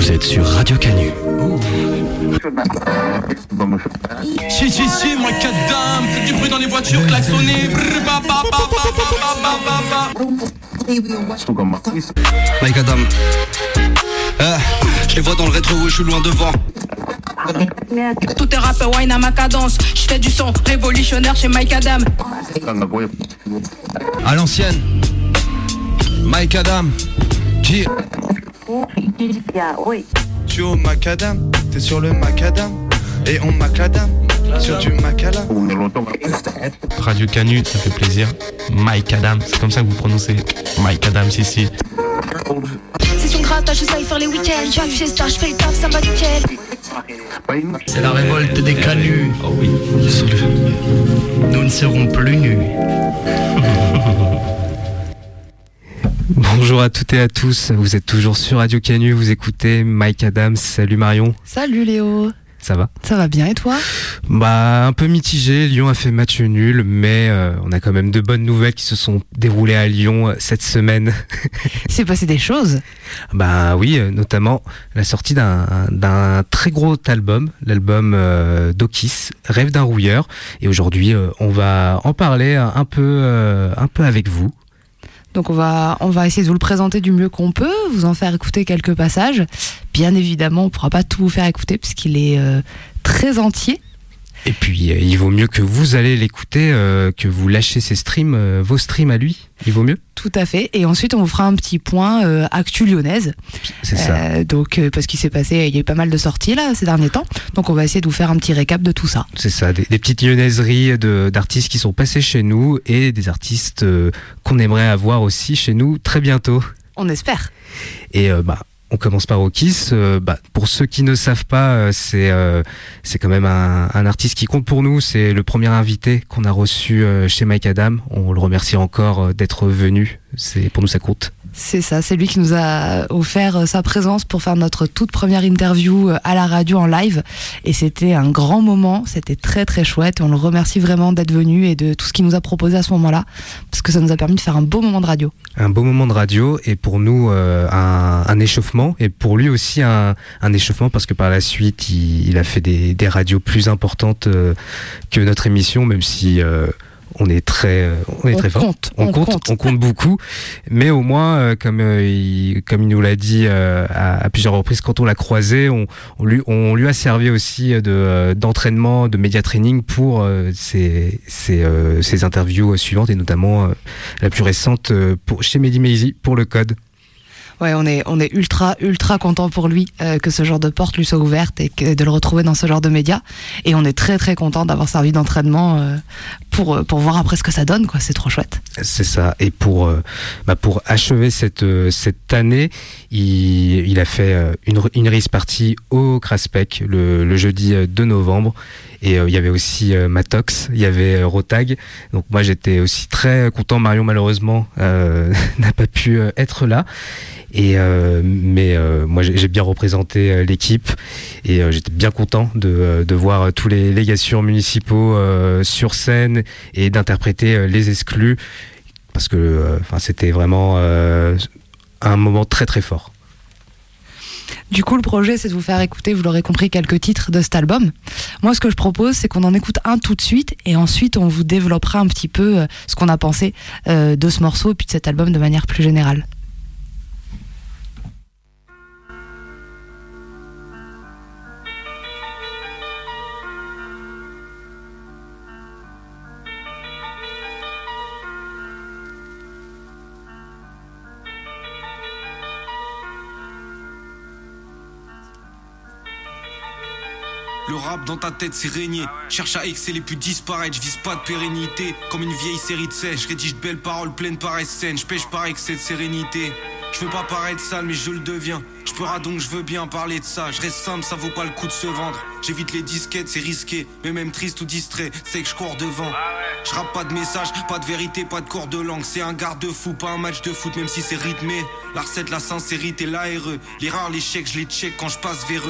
Vous êtes sur Radio Canu. Si, moi Kadam, fais du bruit dans les voitures, klaxonner. Mike Adam. Je les vois dans le rétro, je suis loin devant. Tout est rap, wine à ma cadence. Je fais du son révolutionnaire chez Mike Adam. À l'ancienne, Mike Adam. G. Tu es au macadam, t'es sur le macadam. Et on macadam sur du macala. Radio Canu, ça fait plaisir. Mike Adam, c'est comme ça que vous prononcez Mike Adam, si. Session de grattage, je sais faire les week-ends. J'ai du fiesta, je fais le taf, ça va nickel. C'est la révolte des Canus. Oh oui, nous ne serons plus nus. Bonjour à toutes et à tous, vous êtes toujours sur Radio Canu, vous écoutez Mike Adams. Salut Marion. Salut Léo. Ça va ? Ça va bien et toi ? Un peu mitigé, Lyon a fait match nul, mais on a quand même de bonnes nouvelles qui se sont déroulées à Lyon cette semaine. Il s'est passé des choses ? Oui, notamment la sortie d'un très gros album, l'album d'Okis, Rêve d'un rouilleur. Et aujourd'hui, on va en parler un peu avec vous. Donc on va essayer de vous le présenter du mieux qu'on peut, vous en faire écouter quelques passages. Bien évidemment, on ne pourra pas tout vous faire écouter puisqu'il est très entier. Et puis, il vaut mieux que vous allez l'écouter, que vous lâchez vos streams à lui. Il vaut mieux. Tout à fait. Et ensuite, on vous fera un petit point actu lyonnaise. C'est ça. Parce qu'il s'est passé, il y a eu pas mal de sorties là ces derniers temps. Donc, on va essayer de vous faire un petit récap de tout ça. C'est ça. Des petites lyonnaiseries d'artistes qui sont passés chez nous et des artistes qu'on aimerait avoir aussi chez nous très bientôt. On espère. Et on commence par Okis. Pour ceux qui ne savent pas, c'est quand même un artiste qui compte pour nous. C'est le premier invité qu'on a reçu chez Mike Adam. On le remercie encore d'être venu. Pour nous, ça compte. C'est ça, c'est lui qui nous a offert sa présence pour faire notre toute première interview à la radio en live. Et c'était un grand moment, c'était très très chouette. On le remercie vraiment d'être venu et de tout ce qu'il nous a proposé à ce moment-là, parce que ça nous a permis de faire un beau moment de radio. Un beau moment de radio et pour nous un échauffement, et pour lui aussi un échauffement, parce que par la suite il a fait des radios plus importantes que notre émission, même si... On est très fort. On compte beaucoup, mais au moins, comme il nous l'a dit à plusieurs reprises, quand on l'a croisé, on lui a servi aussi d'entraînement, de média training pour ses interviews suivantes, et notamment la plus récente chez Mehdi Maizi pour le Code. Ouais, on est ultra content pour lui que ce genre de porte lui soit ouverte et de le retrouver dans ce genre de médias. Et on est très très content d'avoir servi d'entraînement pour voir après ce que ça donne, quoi. C'est trop chouette. C'est ça. Et pour achever cette année, il a fait une release party au Craspec le jeudi 2 novembre. Et il y avait aussi Matox, il y avait Rotag. Donc moi j'étais aussi très content. Marion malheureusement n'a pas pu être là. Mais moi j'ai bien représenté l'équipe et j'étais bien content de voir tous les gassures municipaux sur scène et d'interpréter les exclus, parce que c'était vraiment un moment très très fort. Du coup, le projet, c'est de vous faire écouter, vous l'aurez compris, quelques titres de cet album. Moi, ce que je propose, c'est qu'on en écoute un tout de suite, et ensuite, on vous développera un petit peu ce qu'on a pensé de ce morceau, et puis de cet album de manière plus générale. Le rap dans ta tête c'est régné. Cherche à exceller puis disparaître. Je vise pas de pérennité. Comme une vieille série de sèches. Rédige de belles paroles pleines pareilles saines. Je pêche par excès de sérénité. Je veux pas paraître sale mais je le deviens. Je pleure donc je veux bien parler de ça. Je reste simple, ça vaut pas le coup de se vendre. J'évite les disquettes, c'est risqué. Mais même triste ou distrait, c'est que je cours devant. Je rappe pas de message, pas de vérité, pas de corps de langue. C'est un garde-fou, pas un match de foot, même si c'est rythmé. La recette, la sincérité, l'ARE. Les rares, les chèques, je les check quand je passe vers eux.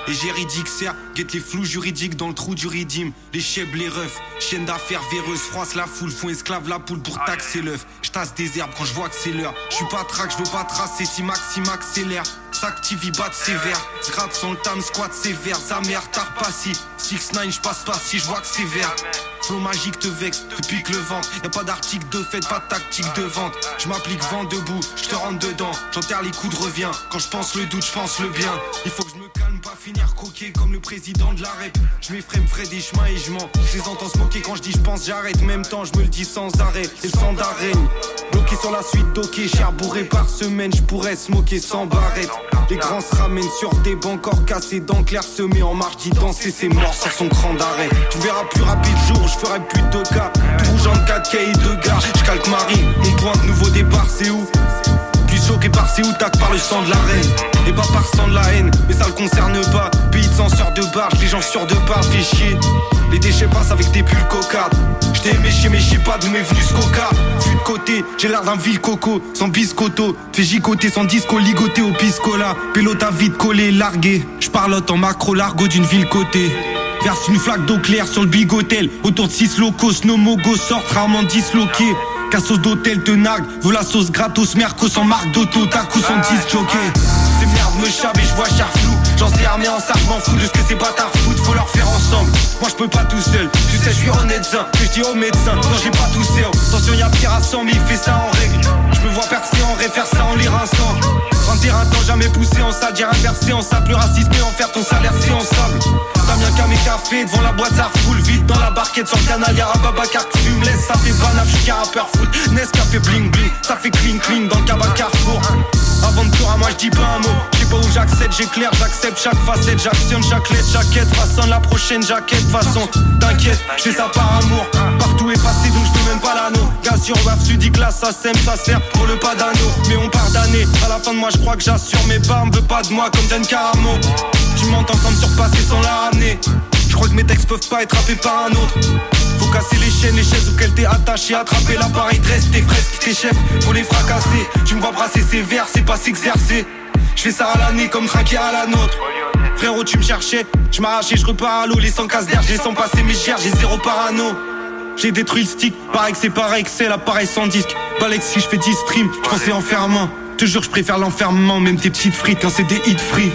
Et juridique sert, guette les flous juridiques dans le trou du ridim. Les chèbres, les refs, chiennes d'affaires véreuses, froissent la foule, font esclave la poule pour taxer l'œuf. J'tasse des herbes quand je vois que c'est l'heure. J'suis pas track, j'veux pas tracer, si Maxime accélère. S'active, il bat sévère. Zgrade sans le tam, squat sévère. Sa mère, tard pas si. 6ix9ine, j'passe pas si j'vois que c'est vert. Flow magique te vexe, te pique le ventre. Y'a pas d'article de fait, pas de tactique de vente. J'm'applique vent debout, j'te rentre dedans. J'enterre les coups de revient. Quand j'pense le doute, j'pense le bien. Il faut que je me calme, pas finir coquet comme le président de la rep. J'm'effraie, m'frais des chemins et j'mens. J'les entends se moquer quand j'dis j'pense j'arrête. Même temps, j'me le dis sans arrêt. Et le sang d'araigne. Bloqué sur la suite, docké, cher bourré par semaine. J'pourrais se moquer sans barrette. Les grands se ramènent sur des bancs, corps cassés, dents claires semées en marche, dit danser, c'est mort sur son cran d'arrêt. Tu verras plus rapide jour, je ferai plus de cas. Tout rouge en 4K et 2 gars. Je calque Marie, mon point de nouveau départ, c'est où? Puis choqué par c'est où, tac par le sang de la reine. Et pas par sang de la haine, mais ça le concerne pas. Pays de censeur de barge, les gens sûrs de barge, fais chier. Les déchets passent avec des pulls cocardes. J't'ai aimé chier mais j'sais pas d'où m'est venu ce coca. Fus de côté, j'ai l'air d'un vil coco. Sans biscotto, fais gigoter sans disco, ligoté au piscola. Pélo ta vite collé, largué. J'parlote en macro largo d'une ville cotée. Verse une flaque d'eau claire sur le bigotel. Autour de 6 locos, nos mogos sortent rarement disloqués. Cassos d'hôtel te nargue, veut la sauce gratos, merco sans marque d'auto, ta coup sans disjockey. Ces merdes me chabent et je vois cher flou. J'en sais armé en ça, je m'en fous de ce que ces bâtards foutent, faut leur faire ensemble. Moi je peux pas tout seul, tu sais je suis honnête ça, que je dis au médecin, non j'ai pas toussé. Attention y'a pire à 100 mais il fait ça en règle. Je me vois percer en ré, faire ça en les rinçant. 31 ans jamais poussé en salle, j'ai inversé en sable, racisme et en faire ton salaire c'est en sable. T'as bien qu'à mes cafés, devant la boîte ça refoule vite dans la barquette sur le canal, y'a un babacar qui fume, laisse ça fait banaf, j'suis qu'un rappeur foot. Nescafé bling bling, ça fait clean clean dans le cabas Carrefour. Avant de tour à moi j'dis pas un mot, j'sais pas où j'accède, j'éclaire, j'accepte chaque facette, j'actionne chaque lettre, chaque quête, façonne la prochaine jaquette, façon, t'inquiète, j'fais ça par amour, partout effacé donc j'fais même pas l'anneau, gaz sur waf sudique là ça sème, ça sert pour le pas d'anneau, mais on part d'année, à la fin de moi j'crois que j'assure mes barmes, veut pas de moi comme Dan Caramo, tu m'entends sans me surpasser sans la ramener, j'crois que mes textes peuvent pas être rappés par un autre. Faut casser les chaînes, les chaises auxquelles t'es attaché. Attraper l'appareil, dresse tes fresques, tes chefs, faut les fracasser. Tu me vois brasser sévère, c'est pas s'exercer. J'fais ça à l'année comme trinquer à la nôtre. Frérot tu me cherchais, j'm'arrachais, j'repars à l'eau. Les 100 casse d'air, j'ai sans passer mes chers, j'ai zéro parano. J'ai détruit le stick, pareil que c'est pareil que c'est l'appareil sans disque. Balek si j'fais 10 streams, j'pensais enfermement. Te jure j'préfère l'enfermement, même tes petites frites quand c'est des hits free.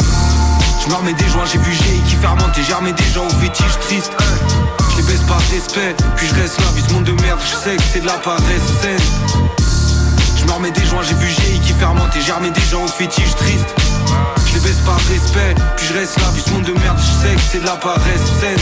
J'me remets des joints, j'ai vu GI qui fermente et j'ai remis des gens au fétiche triste. Je les baisse par respect, puis je reste là, vu ce monde de merde, je sais que c'est de la paresse saine. Je me remets des joints, j'ai vu GI qui fermente et j'ai remis des gens au fétiche triste. Je les baisse par respect, puis je reste là, vu ce monde de merde, je sais que c'est de la paresse saine.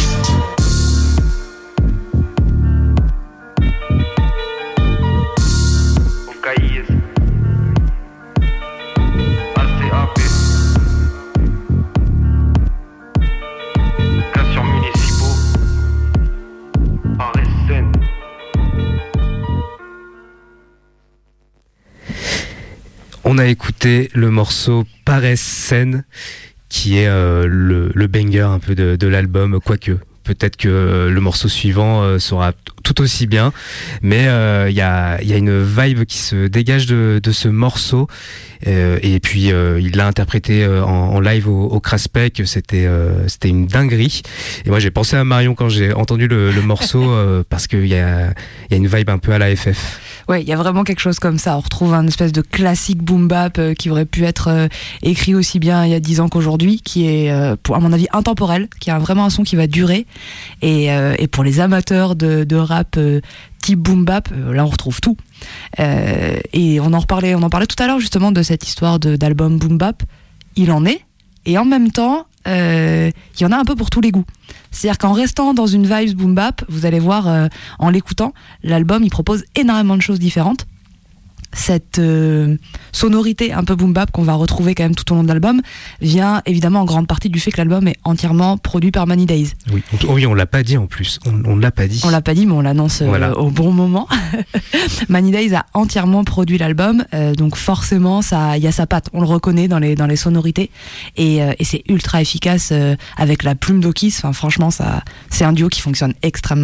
On a écouté le morceau Paresse Saine, qui est le banger un peu de l'album, quoique peut-être que le morceau suivant sera tout aussi bien, mais il y a une vibe qui se dégage de ce morceau, et puis il l'a interprété en live au Craspec, c'était une dinguerie, et moi j'ai pensé à Marion quand j'ai entendu le morceau, parce qu'il y a une vibe un peu à la FF. Ouais, il y a vraiment quelque chose comme ça. On retrouve un espèce de classique boom bap qui aurait pu être écrit aussi bien il y a 10 ans qu'aujourd'hui, qui est, à mon avis, intemporel, qui a vraiment un son qui va durer. Et pour les amateurs de rap type boom bap, là on retrouve tout. Et on en parlait tout à l'heure justement de cette histoire d'album boom bap. Il en est, et en même temps, il y en a un peu pour tous les goûts. C'est-à-dire qu'en restant dans une vibe boom bap, vous allez voir, en l'écoutant, l'album il propose énormément de choses différentes. Cette sonorité un peu boom bap qu'on va retrouver quand même tout au long de l'album vient évidemment en grande partie du fait que l'album est entièrement produit par Many Days. Oui, on l'a pas dit en plus. On l'a pas dit. On l'a pas dit, mais on l'annonce voilà. Au bon moment. Many Days a entièrement produit l'album, donc forcément il y a sa patte. On le reconnaît dans les sonorités, et c'est ultra efficace avec la plume d'Okis. Enfin, franchement, c'est un duo qui fonctionne extrêmement bien.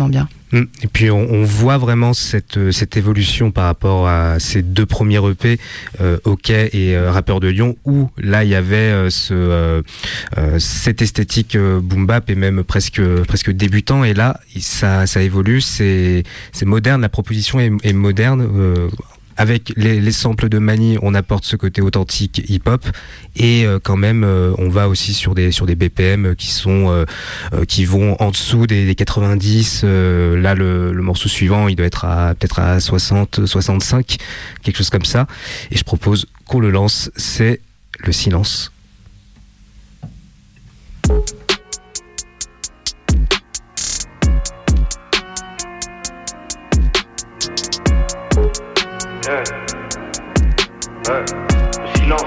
Et puis on voit vraiment cette évolution par rapport à ces 2 premiers EP, OK et Rappeur de Lyon, où là il y avait cette esthétique boom bap et même presque débutant, et là ça évolue, c'est moderne, la proposition est moderne. Avec les samples de Mani, on apporte ce côté authentique hip-hop, et quand même on va aussi sur des BPM qui vont en dessous des 90. Là le morceau suivant, il doit être peut-être à 60, 65, quelque chose comme ça. Et je propose qu'on le lance, c'est Le Silence. Le silence.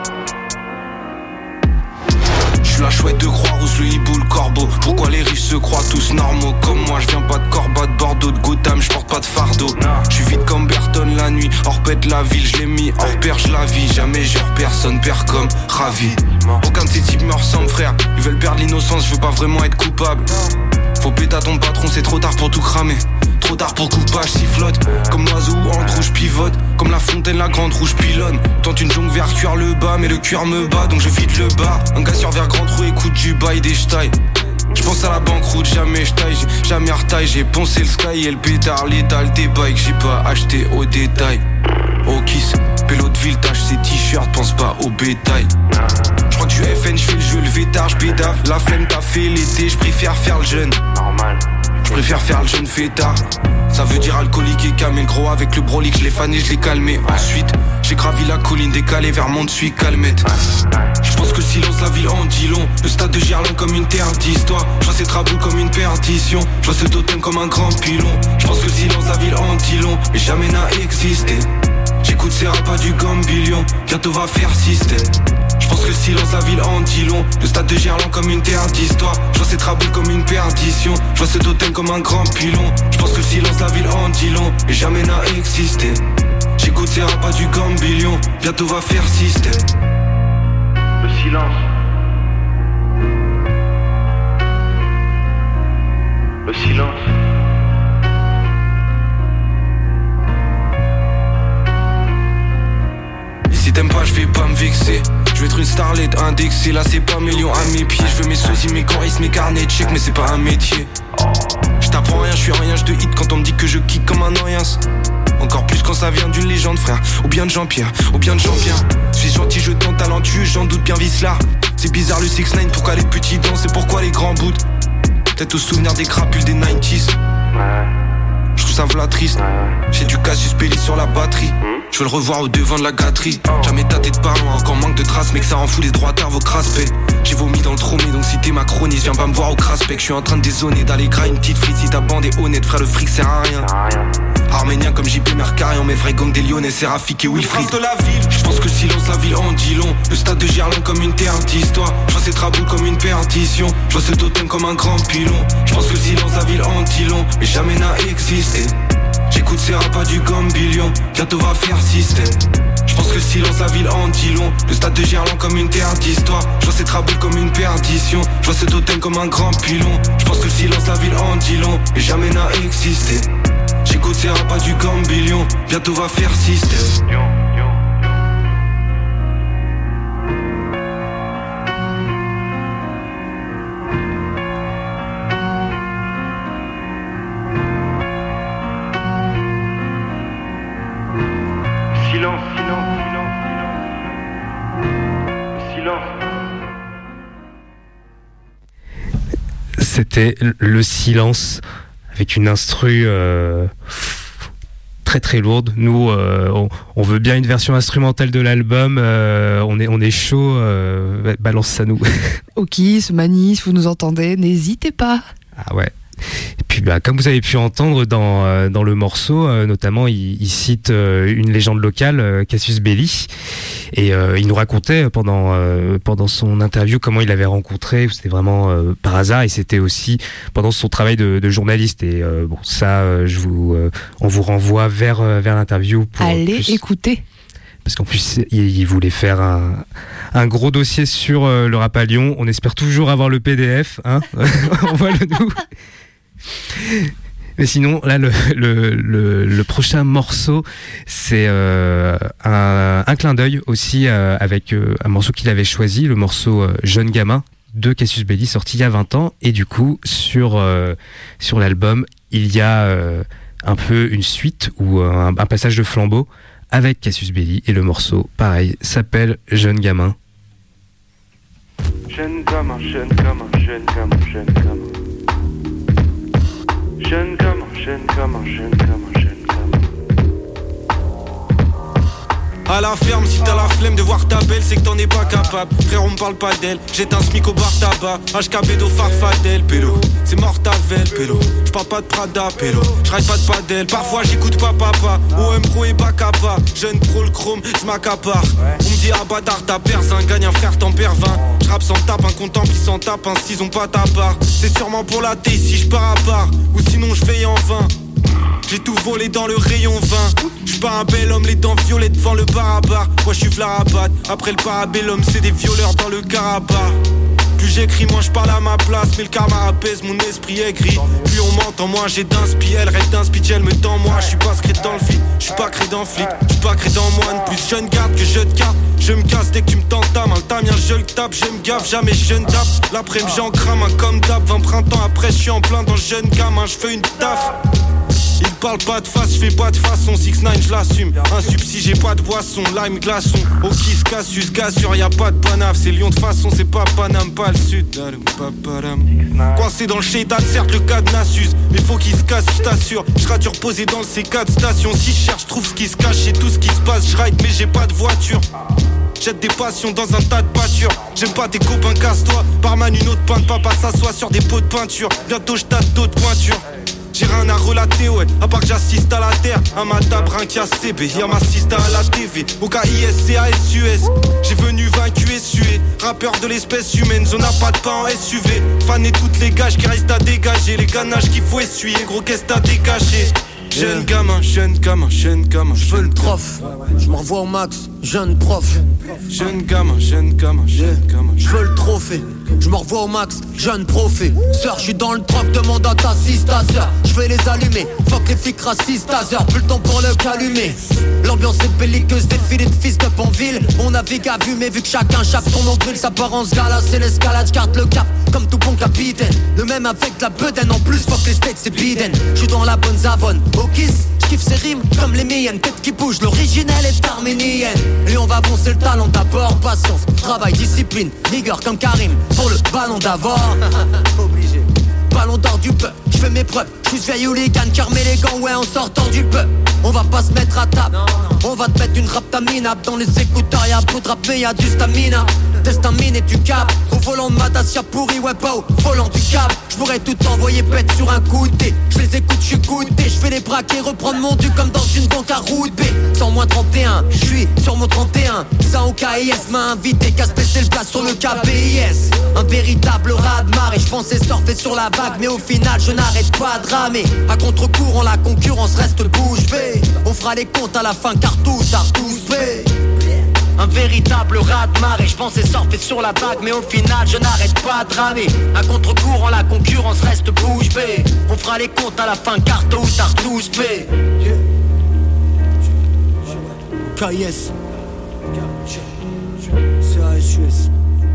Je suis la chouette de Croix-Rousse, le hibou, le corbeau. Pourquoi les riches se croient tous normaux? Comme moi, je viens pas de Corba, de Bordeaux, de Gotham, je porte pas de fardeau. Je suis vite comme Burton la nuit, hors pète la ville, je l'ai mis hors pair, je la vis. Jamais genre personne perd comme ravi. Aucun de ces types me ressemble, frère. Ils veulent perdre l'innocence, je veux pas vraiment être coupable. Faut péter à ton patron, c'est trop tard pour tout cramer. Trop tard pour coupage, sifflote. Comme l'oiseau en rouge pivote. Comme la fontaine, la grande rouge pilonne. Tente une jonque vers cuir le bas, mais le cuir me bat, donc je vide le bas. Un gars sur vers grand trou, écoute du bail des j'taille. J'pense à la banqueroute, jamais j'taille, jamais retaille. J'ai poncé le sky et le pétard létal des bikes. J'ai pas acheté au détail. Au kiss, pélo de ville, tâche ses t-shirts, pense pas au bétail. J'crois que du FN, j'fais le jeu, le vétard, j'pédave. La flemme t'a fait l'été, j'préfère faire le jeune. Normal. Je préfère faire le jeune fêtard. Ça veut dire alcoolique et camé. Le gros avec le brolic, je l'ai fané, je l'ai calmé. Ensuite, j'ai gravi la colline décalée vers Mont-de-Suie, calmette. Je pense que le silence, la ville en dit long. Le stade de Gerland comme une terre d'histoire. Je vois ces traboules comme une perdition. Je vois ce totem comme un grand pilon. Je pense que le silence, la ville en dit long. Mais jamais n'a existé. J'écoute ces rapas du Gambilion. Bientôt va faire système. Je pense que le silence, la ville en dit long. Le stade de Gerland comme une terre d'histoire. Je vois ces traboules comme une perdition. Je vois ce totem comme un grand pilon. Je pense que le silence, la ville en dit long. Et jamais n'a existé. J'écoute ces rapas du Gambilion. Bientôt va faire système. Le silence. Le silence. Si t'aimes pas, je vais pas me vexer. Je vais être une starlet indexée. Là c'est pas million à mes pieds. Je veux mes sosies, mes choristes, mes carnets de chèques. Mais c'est pas un métier. Je t'apprends rien, je suis rien, je te hit quand on me dit que je kick comme un oriens. Encore plus quand ça vient d'une légende, frère. Ou bien de Jean-Pierre, ou bien de Jean-Pierre. Je suis gentil, je tente talentueux, j'en doute bien vice là. C'est bizarre le 6ix9ine, pourquoi les petits dansent et pourquoi les grands bouts. Peut-être au souvenir des crapules des 90s. Je trouve ça v'là triste. J'ai du Cassius Belli sur la batterie. Je veux le revoir au devant de la gâterie. Jamais ta tête par loin, encore manque de traces. Mec ça rend fou les droitards, vos craspets. J'ai vomi dans le tromé, donc si t'es macroniste, viens pas me voir au craspec. Je suis en train de dézoner, d'aller grailler une petite frite. Si ta bande est honnête, frère, le fric sert à rien. Arménien comme JP Mercarion, mais vrai gang des Lyonnais, Séraphique et Wilfried. De la ville, je pense que le silence, la ville en dit long. Le stade de Gerland comme une terre d'histoire. Je vois ces traboules comme une perdition. Je vois ce totem comme un grand pilon. Je pense que le silence, la ville en dit long. Mais jamais n'a existé. J'écoute ces rapas du Gambilion. Bientôt va faire système. Je pense que le silence, la ville en dit long. Le stade de Gerland comme une terre d'histoire. Je vois ces traboules comme une perdition. Je vois ce totem comme un grand pilon. Je pense que le silence, la ville en dit long. Mais jamais n'a existé. J'écoute ces rapas du Gambilion. Bientôt va faire système. Silence, silence, silence, silence. Silence. C'était Le Silence, avec une instru très très lourde. Nous, on veut bien une version instrumentale de l'album. On est chaud. Balance ça nous. Ok, ce Mani, si vous nous entendez, n'hésitez pas. Ah ouais. Et puis comme vous avez pu entendre dans le morceau, notamment il cite une légende locale, Cassius Belli, et il nous racontait pendant son interview comment il l'avait rencontré. C'était vraiment par hasard, et c'était aussi pendant son travail de journaliste. Et bon, ça, on vous renvoie vers l'interview pour allez écouter. Parce qu'en plus, il voulait faire un gros dossier sur le rap à Lyon. On espère toujours avoir le PDF, hein. Envoie-le nous. Mais sinon, là, le prochain morceau, c'est un clin d'œil aussi avec un morceau qu'il avait choisi, le morceau Jeune Gamin de Cassius Belli, sorti il y a 20 ans. Et du coup, sur l'album, il y a un peu une suite ou un passage de flambeau avec Cassius Belli. Et le morceau, pareil, s'appelle Jeune Gamin. Jeune gamin, jeune gamin, jeune gamin, jeune gamin. Jeune gamin, jeune gamin, jeune gamin, jeune gamin. À la ferme, si t'as la flemme de voir ta belle, c'est que t'en es pas capable. Frère, on me parle pas d'elle. Jette un smic au bar tabac. HK Bédo Farfadel, pélo. C'est Mortavel, pélo. J'parle pas de Prada, pélo. J'ride pas de padel. Parfois j'écoute pas papa. OM Pro et Bacapa. Jeune pro le chrome, j'm'accapare. On me dit ah bâtard, t'as perce un gagne un frère, t'en perds 20. J'rappe sans tape, un contemple qui s'en tape, un 6 ont pas ta part. C'est sûrement pour la thé si j'pars à part. Ou sinon j'veille en vain. J'ai tout volé dans le rayon 20. J'suis pas un bel homme, les dents violettes devant le bar à bar. Moi j'suis Vlarabat, après le parabellum, c'est des violeurs dans le Karabakh. Plus j'écris, moins j'parle à ma place. Mais le karma apaise, mon esprit est gris. Plus on m'entend, moi j'ai d'inspi. Elle rêve d'inspi, elle me tend moi. J'suis pas secret dans le feed, j'suis pas créé dans flic. J'suis pas créé dans moine, plus jeune garde que je te garde. Je me casse dès que tu me tentes ta main. Le tamien je le tape, je me gaffe, jamais je ne tape. L'après-midi j'en crame un comme d'hab. 20 printemps après j'suis en plein dans le jeune gamin. J'fais une taf. Il parle pas de face, j'fais pas de façon. 6ix9ine j'l'assume. Un subsi, j'ai pas de boisson. Lime glaçon. Au kiss, Cassius, gassure, y'a pas de banaf. C'est Lyon de façon, c'est pas Paname, pas le sud. Coincé dans le shade, certes le cadenas s'use. Mais faut qu'il se casse, j't'assure. J'rature posé dans le C4 station. Si j'cherche, trouve ce qui se cache. Et tout ce qui se passe, j'ride, mais j'ai pas de voiture. Jette des passions dans un tas de pâture. J'aime pas tes copains, casse-toi. Barman, une autre pinte, papa s'assoit sur des pots de peinture. Bientôt j'tâte d'autres pointures. J'ai rien à relater, ouais, à part que j'assiste à la terre. Un matab, rien qui a CB, y'a m'assiste à la TV. Au KISCASUS, j'ai venu vaincu et sué. Rappeur de l'espèce humaine, zone a pas de pain en SUV. Fané toutes les gages qui restent à dégager. Les ganaches qu'il faut essuyer, gros qu'est-ce t'as décaché. Jeune gamin, jeune gamin, jeune gamin. Je veux le prof, je m'en revois au max, jeune prof. Jeune gamin, jeune gamin, jeune gamin. Je veux le trophée, je m'en revois au max, jeune prophète. Sœur, je suis dans le troc, demande à ta sista sœur. Je vais les allumer, fuck les flics racistes à heure. Plus le temps pour le calumer. L'ambiance est belliqueuse, défilé de fils de en ville. On navigue à vue, mais vu que chacun chape son nombril, sa parence gala, c'est l'escalade, j'garde le cap, comme tout bon capitaine. Le même avec la bedaine, en plus, fuck les steaks, c'est biden. Je suis dans la bonne savonne, au kiss, j'kiffe ses rimes comme les miennes. Tête qui bouge, l'original est arménienne. Et on va poncer le talent d'abord, patience, travail, discipline, rigueur comme Karim. Pour le ballon d'avant, obligé. Ballon d'or du peuple, j'fais mes preuves. J'suis vieille hooligan, car mets les gants, ouais, en sortant du peuple. On va pas se mettre à table, on va te mettre une raptaminable. Dans les écouteurs y'a peu de rap mais y'a du stamina. Destin mine et tu capes, au volant de ma Dacia pourri, ouais pas au volant du câble. J'pourrais tout envoyer pète sur un coup de thé. J'les écoute, j'suis goûté, j'fais les braquer, reprendre mon dû comme dans une banque à route B. 100 moins 31, j'suis sur mon 31. Ça au KIS m'a invité, qu'à se baisser le place sur le KPIS. Un véritable raz-de-marée, j'pensais surfer sur la vague, mais au final je n'arrête pas de ramer. À contre-courant, la concurrence reste bouche bée. On fera les comptes à la fin car tout a tous fait. Un véritable raz-de-marée, j'pensais surfer sur la vague, mais au final je n'arrête pas de ramer. À contre-courant, la concurrence reste bouche bée. On fera les comptes à la fin car tout a tous fait. KIS CASUS.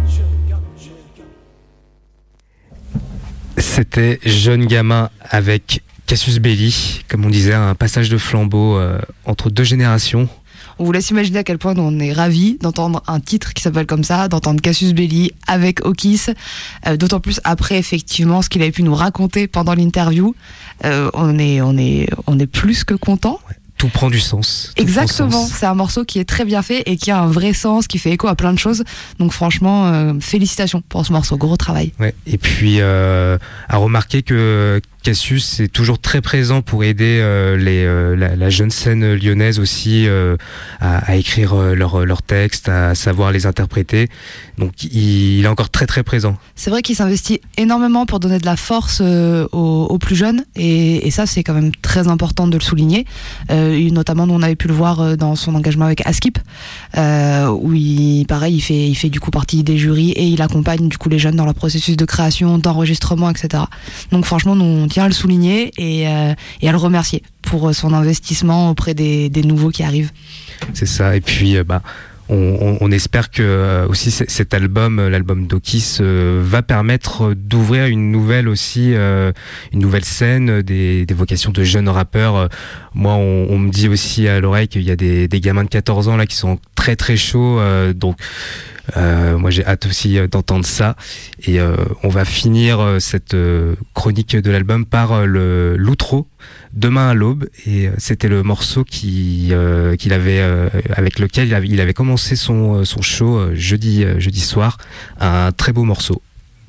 C'était Jeune Gamin avec Cassius Belli, comme on disait, un passage de flambeau entre deux générations. On vous laisse imaginer à quel point on est ravis d'entendre un titre qui s'appelle comme ça, d'entendre Cassius Belli avec Okis, d'autant plus après effectivement ce qu'il avait pu nous raconter pendant l'interview. On est plus que content. Ouais. Tout prend du sens. Exactement, c'est un morceau qui est très bien fait et qui a un vrai sens, qui fait écho à plein de choses. Donc franchement, félicitations pour ce morceau, gros travail. Ouais. Et puis à remarquer que Cassius est toujours très présent pour aider la jeune scène lyonnaise aussi à écrire leurs textes, à savoir les interpréter. Donc il est encore très très présent. C'est vrai qu'il s'investit énormément pour donner de la force aux plus jeunes et ça c'est quand même très important de le souligner. Notamment nous on avait pu le voir dans son engagement avec Askip où il fait du coup partie des jurys et il accompagne du coup les jeunes dans leur processus de création, d'enregistrement, etc. Donc franchement nous on tient à le souligner et à le remercier pour son investissement auprès des nouveaux qui arrivent. C'est ça, et puis on espère que aussi cet album, l'album Dokis, va permettre d'ouvrir une nouvelle scène, des vocations de jeunes rappeurs. Moi, on me dit aussi à l'oreille qu'il y a des gamins de 14 ans là qui sont très très chauds, donc moi j'ai hâte aussi d'entendre ça. Et on va finir cette chronique de l'album par l'outro, Demain à l'aube, et c'était le morceau qu'il avait avec lequel il avait commencé son show jeudi soir. Un très beau morceau.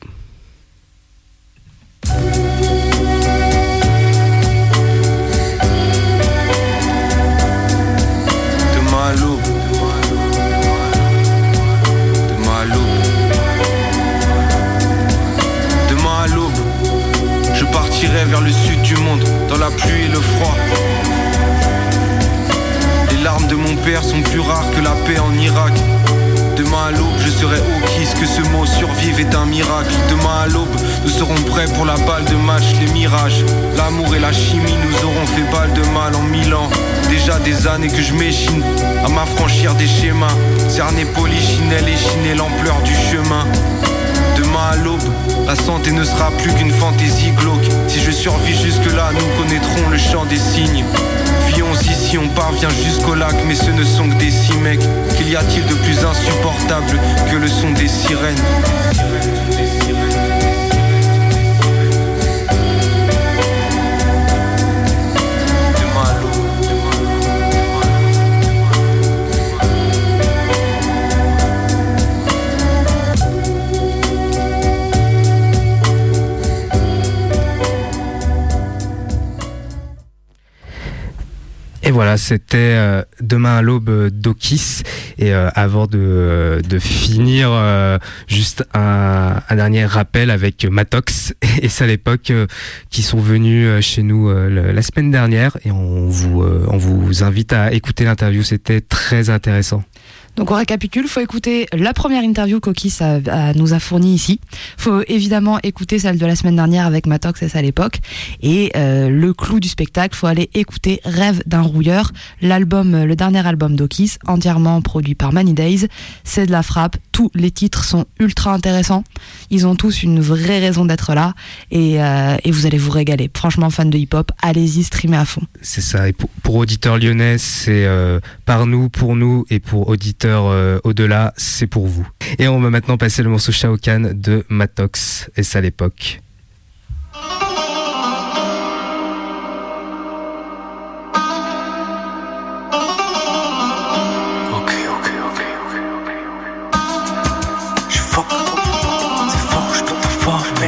Demain à l'aube. Demain à l'aube. Demain à l'aube. Je partirai vers le sud du monde, dans la pluie et le froid. Les larmes de mon père sont plus rares que la paix en Irak. Demain à l'aube, je serai au kiss, que ce mot survive est un miracle. Demain à l'aube, nous serons prêts pour la balle de match, les mirages. L'amour et la chimie nous auront fait balle de mal en 1000 ans. Déjà des années que je m'échine à m'affranchir des schémas. Cerner, polichinelle, échiner l'ampleur du chemin. Demain à l'aube, la santé ne sera plus qu'une fantaisie glauque. Si je survis jusque-là, nous connaîtrons le chant des cygnes. Vivons ici, on parvient jusqu'au lac, mais ce ne sont que des cimecs. Qu'y a-t-il de plus insupportable que le son des sirènes? Et voilà, c'était Demain à l'aube Dokis. Et avant de finir, juste un dernier rappel avec Matox et ça à l'époque qui sont venus chez nous la semaine dernière, et on vous invite à écouter l'interview, c'était très intéressant. Donc on récapitule, faut écouter la première interview qu'Okis nous a fournie ici. Faut évidemment écouter celle de la semaine dernière avec Matox et ça à l'époque. Et le clou du spectacle, faut aller écouter Rêve d'un rouilleur, le dernier album d'Okis, entièrement produit par Many Days. C'est de la frappe, tous les titres sont ultra intéressants. Ils ont tous une vraie raison d'être là et vous allez vous régaler. Franchement, fans de hip-hop, allez-y, streamer à fond. C'est ça, et pour auditeurs lyonnais, c'est par nous, pour nous, et pour auditeurs au-delà, c'est pour vous. Et on va maintenant passer le morceau Shao Kahn de Matox et ça à l'époque. Je suis fort, c'est fort, je peux pas former.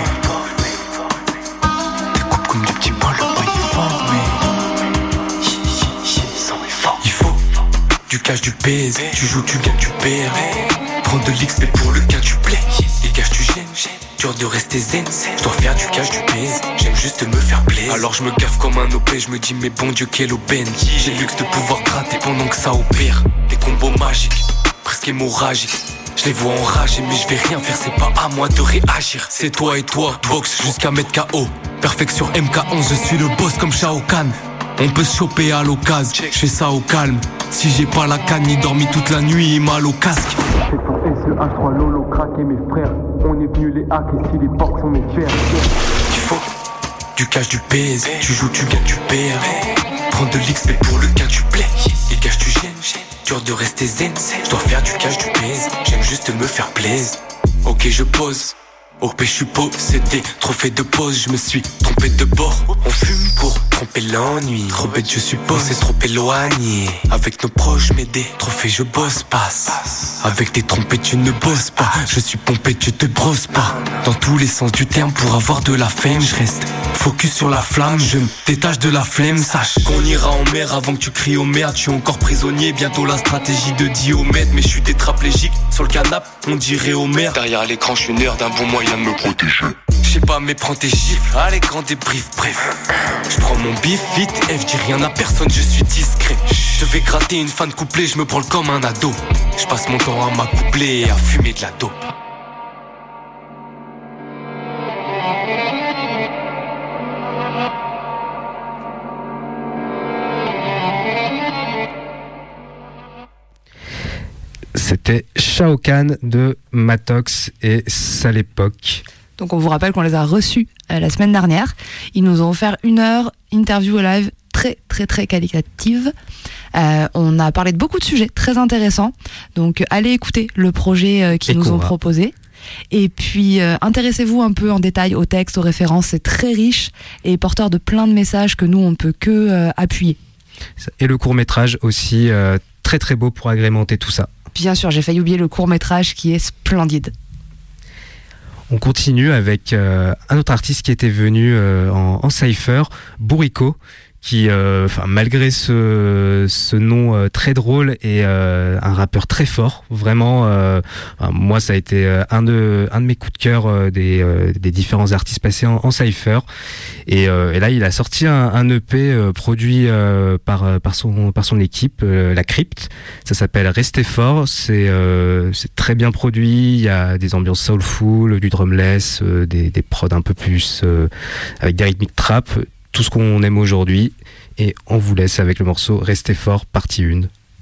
Découpe comme des petits balles, le bail est fort, mais il est fort. Il faut du cash, du baiser, tu joues, tu gagnes, tu perds. Prends de l'XP pour le gain, tu plais. Et cash, tu gênes, dur de rester zen. Je dois faire du cash, du baise, j'aime juste me faire plaisir. Alors je me gaffe comme un OP, je me dis mais bon Dieu quelle aubaine. J'ai le luxe de pouvoir gratter pendant que ça opère. Des combos magiques, presque hémorragiques. Je les vois enragés mais je vais rien faire, c'est pas à moi de réagir. C'est toi et toi, boxe jusqu'à mettre KO. Perfection MK11, je suis le boss comme Shao Kahn. On peut se choper à l'occasion, je fais ça au calme. Si j'ai pas la canne, ni dormi toute la nuit et mal au casque. C'est ton SEH3 Lolo, craqué mes frères. On est venus les hack et si les portes sont mes fers. Il faut du cash, du baiser, tu joues, tu gagnes, tu perds. Prends de l'XP pour le gain, tu plais. Et cash, tu gênes, dur de rester zen. Je dois faire du cash, du baise, j'aime juste me faire plaisir. Ok, je pose. OP, je suis possédé, trophée de pause, je me suis trompé de bord. On fume pour tromper l'ennui. Trop bête, je suppose, c'est trop éloigné. Avec nos proches, m'aider, trophée, je bosse, passe. Avec tes trompettes, tu ne bosses pas. Je suis pompé, tu te brosses pas. Dans tous les sens du terme, pour avoir de la fame, je reste focus sur la flamme. Je me détache de la flemme, sache qu'on ira en mer avant que tu cries au merde. Je suis encore prisonnier, bientôt la stratégie de Diomède. Mais je suis tétraplégique, sur le canapé, on dirait au mer. Derrière l'écran, je suis une heure d'un bon moyen de me protéger. Je sais pas, mais prends tes gifles, allez grand débrief, bref. Je prends mon bif vite, F, dis rien à personne, je suis discret. Je vais gratter une fan couplée, je me branle comme un ado. Je passe mon temps à m'accoupler et à fumer de la dope. C'était Shao Kahn de Matox et Sale Époque. Donc on vous rappelle qu'on les a reçus la semaine dernière. Ils nous ont offert 1 heure interview live très très très qualitative. On a parlé de beaucoup de sujets très intéressants. Donc allez écouter le projet qu'ils nous ont proposé. Et puis intéressez-vous un peu en détail au texte, aux références. C'est très riche et porteur de plein de messages que nous on peut que appuyer. Et le court-métrage aussi très très beau pour agrémenter tout ça. Bien sûr, j'ai failli oublier le court-métrage qui est splendide. On continue avec un autre artiste qui était venu en cypher, Bourrico, qui, malgré ce nom très drôle, est un rappeur très fort. Vraiment, moi, ça a été un de mes coups de cœur des différents artistes passés en cypher. Et là, il a sorti un EP produit par son équipe, la Crypt. Ça s'appelle Restez fort. C'est très bien produit. Il y a des ambiances soulful, du drumless, des prods un peu plus avec des rythmiques trap. Tout ce qu'on aime aujourd'hui, et on vous laisse avec le morceau Restez fort, partie 1.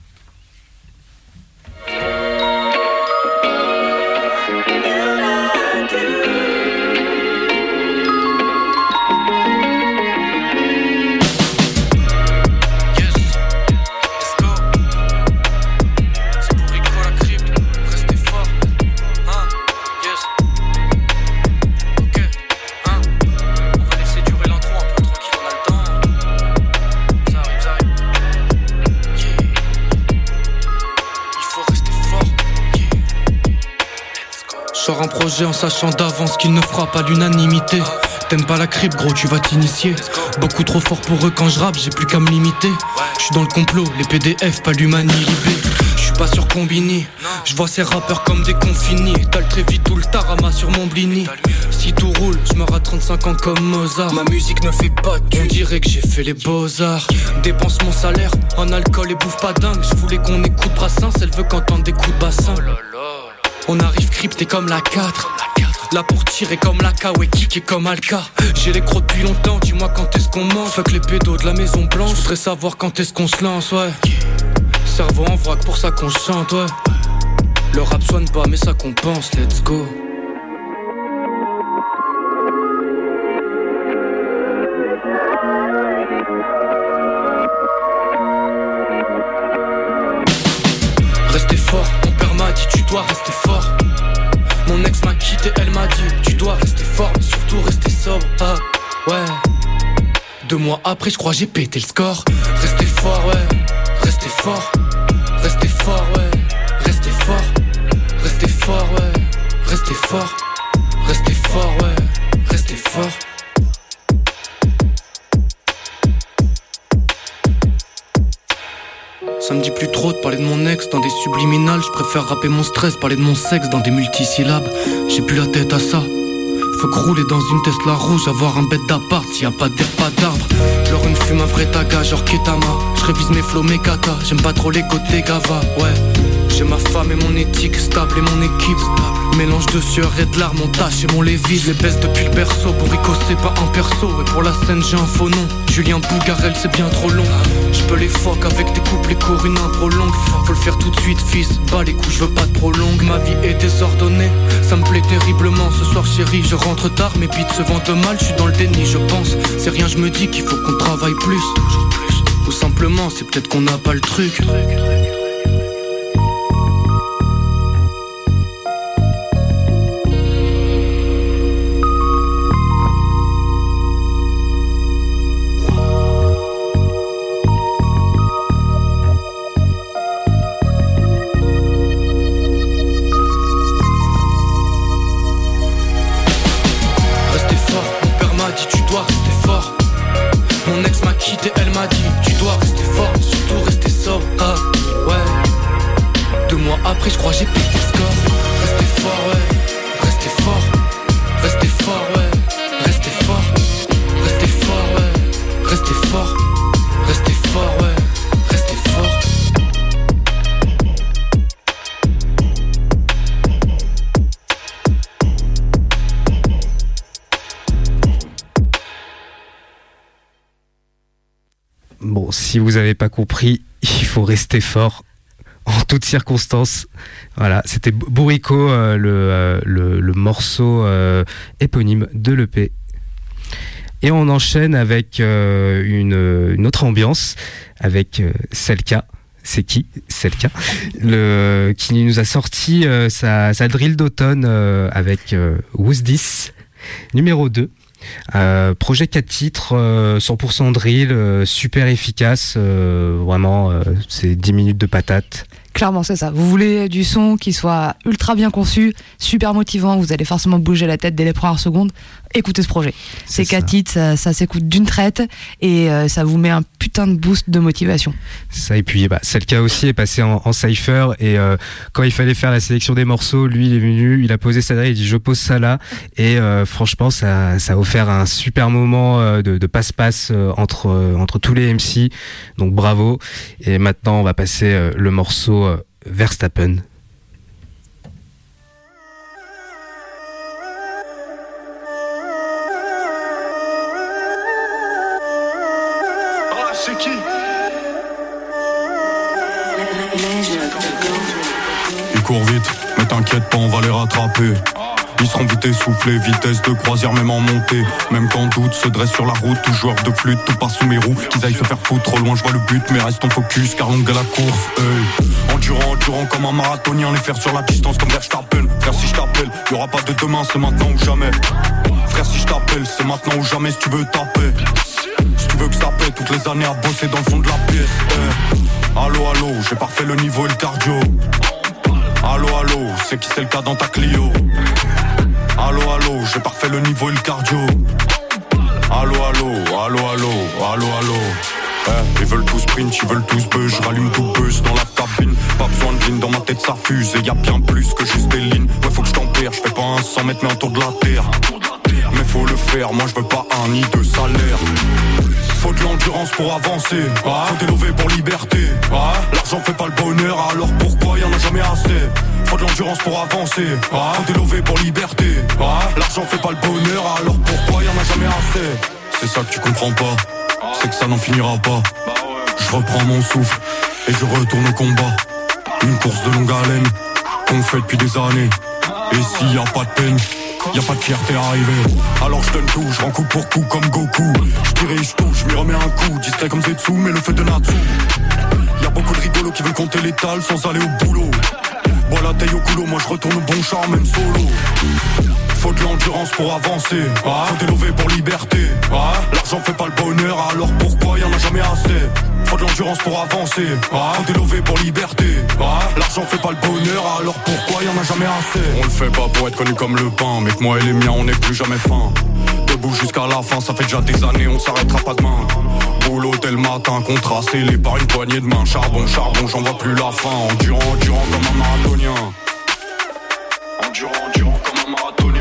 Sors un projet en sachant d'avance qu'il ne fera pas l'unanimité. T'aimes pas la crypte, gros, tu vas t'initier. Beaucoup trop fort pour eux quand je rappe, j'ai plus qu'à me limiter. Je suis dans le complot, les PDF, pas l'humanité. Je suis pas sur Combini, je vois ces rappeurs comme des confinés. T'as le très vite tout le tarama sur mon blini. Si tout roule, je me rate 35 ans comme Mozart. Ma musique ne fait pas de on dirait que j'ai fait les beaux-arts. Dépense mon salaire en alcool et bouffe pas dingue. Je voulais qu'on écoute Brassens, elle veut qu'entendre des coups de bassin. On arrive crypté comme la 4. Là pour tirer comme la K, ouais kick et comme Alka. J'ai les crocs depuis longtemps, dis-moi quand est-ce qu'on mange. Fuck les pédos de la Maison Blanche, je voudrais savoir quand est-ce qu'on se lance, ouais. Cerveau en vrac, pour ça qu'on chante, ouais. Le rap soigne pas mais ça compense, let's go. Restez fort, mon père m'a dit tu dois rester fort. Mon ex m'a quitté, elle m'a dit tu dois rester fort, mais surtout rester sobre. Ah ouais. 2 mois après je crois j'ai pété le score. Restez fort ouais, restez fort. Restez fort ouais, restez fort. Restez fort ouais, restez fort. Restez fort ouais, restez fort. Ça me dit plus trop de parler de mon ex dans des subliminales. Je préfère rapper mon stress, parler de mon sexe dans des multisyllabes. J'ai plus la tête à ça. Faut que rouler dans une Tesla rouge, avoir un bête d'appart, y a pas d'air, pas d'arbre. Leur une fume un vrai taga, genre Ketama. Je révise mes flows, mes katas, j'aime pas trop les côtés gava, ouais. J'ai ma femme et mon éthique stable et mon équipe stable. Mélange de sueur et de larmes, mon tâche et mon lévis. Je les baisse depuis le berceau, Bourrico c'est pas un perso. Et pour la scène j'ai un faux nom, Julien Bougarel c'est bien trop long. Je peux les fuck avec des couplets courts, une impro longue. Faut le faire tout de suite fils, bas les couilles je veux pas de prolongue. Ma vie est désordonnée, ça me plaît terriblement. Ce soir chérie je rentre tard, mes beats se vendent mal. Je suis dans le déni je pense, c'est rien je me dis qu'il faut qu'on travaille plus. Toujours plus. Ou simplement c'est peut-être qu'on n'a pas le truc. Elle m'a dit tu dois rester fort, mais surtout rester sobre. Ah ouais. 2 mois après je crois j'ai pété le score. Restez fort ouais, restez fort. Restez fort ouais, restez fort. Restez fort ouais, restez fort. Restez fort ouais, restez fort. Bon, si vous n'avez pas compris, il faut rester fort. en toutes circonstances. Voilà, c'était Bourrico, le morceau éponyme de l'EP. Et on enchaîne avec une autre ambiance, avec Selka. C'est qui Selka, qui nous a sorti sa drill d'automne avec Who's This numéro 2. Projet 4 titres, 100% drill, super efficace, vraiment c'est 10 minutes de patate. Clairement, c'est ça. Vous voulez du son qui soit ultra bien conçu, super motivant, vous allez forcément bouger la tête dès les premières secondes. Écoutez ce projet. C'est 4 titres, ça s'écoute d'une traite et ça vous met un putain de boost de motivation. Ça, et puis Selka aussi est passé en cypher et quand il fallait faire la sélection des morceaux, lui il est venu, il a posé sa drill, il dit je pose ça là et franchement ça a offert un super moment de passe-passe entre tous les MC, donc bravo. Et maintenant on va passer le morceau Verstappen. C'est qui? Ils courent vite, mais t'inquiète pas, on va les rattraper. Ils seront vite essoufflés, vitesse de croisière même en montée. Même quand doute se dresse sur la route, tout joueur de flûte, tout part sous mes roues. Qu'ils aillent se faire foutre, trop loin je vois le but, mais restons focus car longue est la course. Hey. Endurant comme un marathonien, les faire sur la distance comme Verstappen. Frère si je t'appelle, y'aura pas de demain, c'est maintenant ou jamais. Frère si je t'appelle, c'est maintenant ou jamais si tu veux taper. Si tu veux que ça pète, toutes les années à bosser dans le fond de la pièce. Allô, j'ai parfait le niveau et le cardio. Allô, c'est qui c'est le cas dans ta Clio? Allô, j'ai parfait le niveau et le cardio. Allô. Ils veulent tous sprint, ils veulent tous buzz. Je rallume tout buzz dans la cabine. Pas besoin de ligne, dans ma tête ça fuse. Et y'a bien plus que juste des lignes. Ouais, faut que je tempère, je fais pas un 100 mètres mais un tour de la terre. Mais faut le faire, moi je veux pas un ni deux salaires. Faut de l'endurance pour avancer, faut t'élever pour liberté. L'argent fait pas le bonheur, alors pourquoi y'en a jamais assez? Faut de l'endurance pour avancer, faut t'élever pour liberté. L'argent fait pas le bonheur, alors pourquoi y'en a jamais assez? C'est ça que tu comprends pas, c'est que ça n'en finira pas. Je reprends mon souffle et je retourne au combat. Une course de longue haleine qu'on fait depuis des années. Et s'il y a pas de peine, y'a pas de fierté arrivée. Alors je donne tout, je rends coup pour coup comme Goku. Je tire et je touche, je m'y remets un coup. Discret comme Zetsu, mais le fait de Natsu. Y'a beaucoup de rigolos qui veulent compter l'étal sans aller au boulot. Bois la taille au coulo, moi je retourne au bon char même solo. Faut de l'endurance pour avancer, faut t'élever pour liberté. L'argent fait pas le bonheur, alors pourquoi y'en a jamais assez? Faut de l'endurance pour avancer, faut t'élever pour liberté. L'argent fait pas le bonheur, alors pourquoi y'en a jamais assez? On le fait pas pour être connu comme le pain, mais que moi et les miens on n'est plus jamais fin. Debout jusqu'à la fin, ça fait déjà des années, on s'arrêtera pas demain. Boulot dès le matin, contrat scellé par une poignée de main. Charbon, j'en vois plus la fin. Endurant comme un marathonien. Endurant comme un marathonien.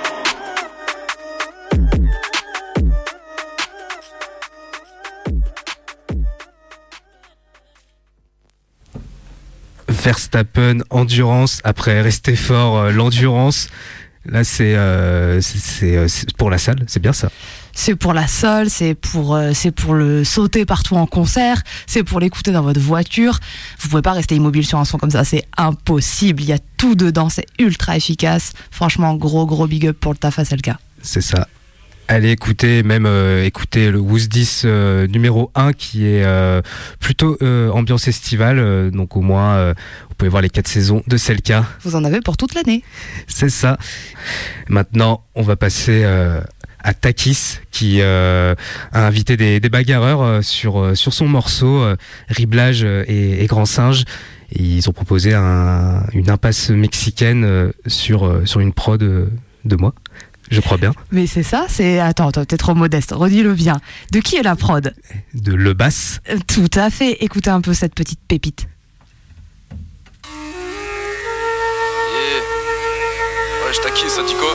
Verstappen, endurance, après rester fort, l'endurance. Là, c'est pour la salle, c'est bien ça. C'est pour la salle, c'est pour le sauter partout en concert, c'est pour l'écouter dans votre voiture. Vous pouvez pas rester immobile sur un son comme ça, c'est impossible. Il y a tout dedans, c'est ultra efficace. Franchement, gros big up pour le taf à Selka. C'est ça. Allez écouter le Who's This numéro 1 qui est plutôt ambiance estivale, donc au moins vous pouvez voir les 4 saisons de Selka. Vous en avez pour toute l'année. C'est ça. Maintenant on va passer à Takis qui a invité des bagarreurs sur son morceau Riblage et Grand Singe. Et ils ont proposé une impasse mexicaine sur une prod de moi. Je crois bien. Mais c'est ça, Attends, t'es trop modeste, redis-le bien. De qui est la prod? De Le Bass. Tout à fait, écoutez un peu cette petite pépite. Yeah. Ouais, je t'acquis, ça dit quoi?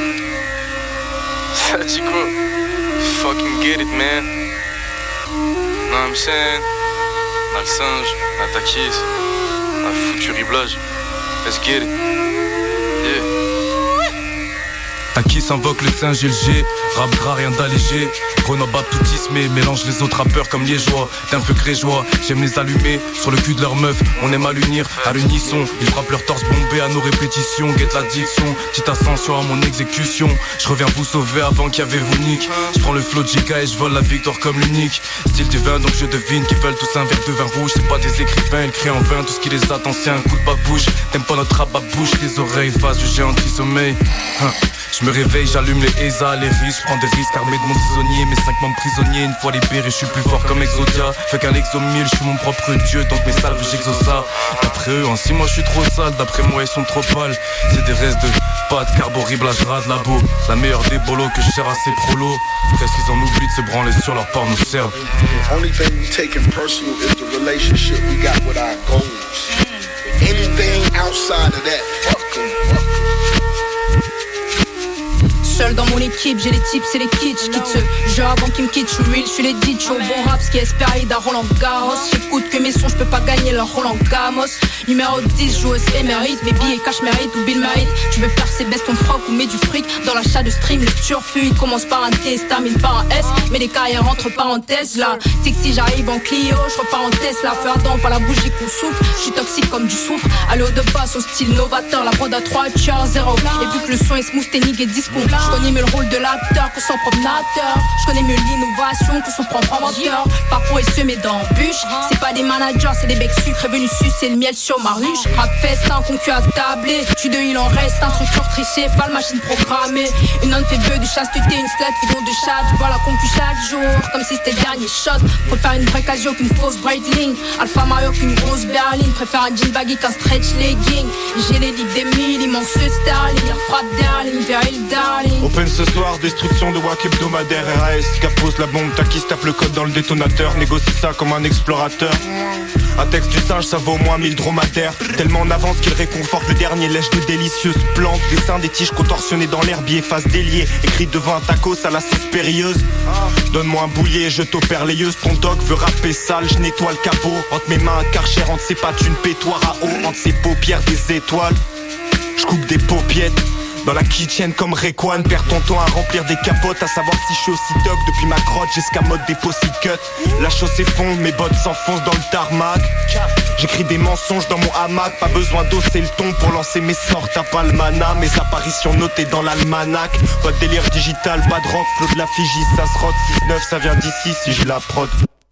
Ça dit quoi? Fucking get it, man. Know what I'm saying? Dans le singe, dans ta kiss, dans le foutu riblage. Let's get it. Yeah. Taki s'invoque le singe et le G. Rap gras, rien d'allégé. Grenoble tout ismé, mélange les autres rappeurs comme liégeois. D'un feu grégeois, j'aime les allumer. Sur le cul de leurs meufs, on aime à l'unir. À l'unisson, ils frappent leur torse bombé à nos répétitions. Guette l'addiction, petite ascension à mon exécution. Je reviens vous sauver avant qu'il y avait vous nique. Je prends le flow de Giga et je vole la victoire comme l'unique. Style divin donc je devine qu'ils veulent tous un verre de vin rouge. C'est pas des écrivains, ils crient en vain tout ce qui les attend c'est un coup de babouche. T'aimes pas notre rap à bouche, les oreilles face du géant anti-sommeil. Je me réveille, j'allume les ESA, les risques, prends des risques armés de mon tisonnier. Mes 5 membres prisonniers, une fois libéré, je suis plus fort comme Exodia. Fait qu'un exomile, je suis mon propre dieu, donc mes salves j'exauce ça. D'après eux, en 6 mois je suis trop sale, d'après moi ils sont trop pâles. C'est des restes de pâtes, carbo, riblage, ras de labo. La meilleure des bolos que je sers à ces prolos. Presque ils en oublient de se branler sur leur porno serbe. Only thing we taking personal is the relationship we got with our goals. Anything outside of that, fuck them. Seul dans mon équipe, j'ai les tips et les kits. J'quitte ce jeu avant qu'ils me quittent. J'suis real, j'suis les ditch. Au bon rap, ce qui espère d'un Roland Garros. J'écoute que mes sons, j'peux pas gagner leur Roland Gamos. Numéro 10, joueuse émérite. Mes billets cash mérite ou bill mérite. Tu veux percer, baisse ton froc ou mets du fric. Dans l'achat de stream, le turfuit. Commence par un T, termine par un S. Mais les carrières entre parenthèses là. C'est que si j'arrive en Clio, j'repars en Tesla. Feu ardent, pas la bougie qu'on souffle. J'suis toxique comme du soufre. Allô de base, au style novateur. La prod à 3 tueurs 0. Et vu que le son est smooth, technique et disco. Je connais mieux le rôle de l'acteur que son promenateur. Je connais mieux l'innovation que son propre inventeur. Parcours est semé d'embûches. C'est pas des managers, c'est des becs sucrés venus sucer le miel sur ma ruche. Rap festin, concu à tabler. J'suis de il en reste un truc triché, pas machine programmée. Une homme fait vœu de chasteté, une slate fait don de chat. Je vois la concu chaque jour, comme si c'était le dernier shot. Préfère une vraie casio qu'une fausse Breitling. Alpha Mario qu'une grosse berline. Préfère un jean baggy qu'un stretch legging. J'ai les lits des mille, il manque ce sterling. Frappe darling, viril darling. Open ce soir, destruction de WAC hebdomadaire. RAS, Cap pose la bombe, Taki tape le code dans le détonateur. Négocie ça comme un explorateur. Un texte du singe, ça vaut au moins 1000 dromadaires. Tellement en avance qu'il réconforte le dernier lèche de délicieuses plantes. Dessin des tiges contorsionnées dans l'herbier, face déliée. Écrit devant un tacos à la sauce périlleuse. Donne-moi un boulier, je t'opère layeuse. Ton dog veut rapper sale, je nettoie le capot. Entre mes mains un karcher, entre ses pattes une pétoire à eau. Entre ses paupières des étoiles, je coupe des paupiettes. Dans la kitchen comme Rayquan, perds ton temps à remplir des capotes. À savoir si je suis aussi dog depuis ma crotte jusqu'à mode des pussy cut. La chaussée fond, mes bottes s'enfoncent dans le tarmac. J'écris des mensonges dans mon hamac. Pas besoin d'osser le ton pour lancer mes sorts. T'as pas le mana, mes apparitions notées dans l'almanach. Pas de délire digital, pas de rock, flow de la Fiji. Ça se rote, 6-9, ça vient d'ici si j'ai la prod.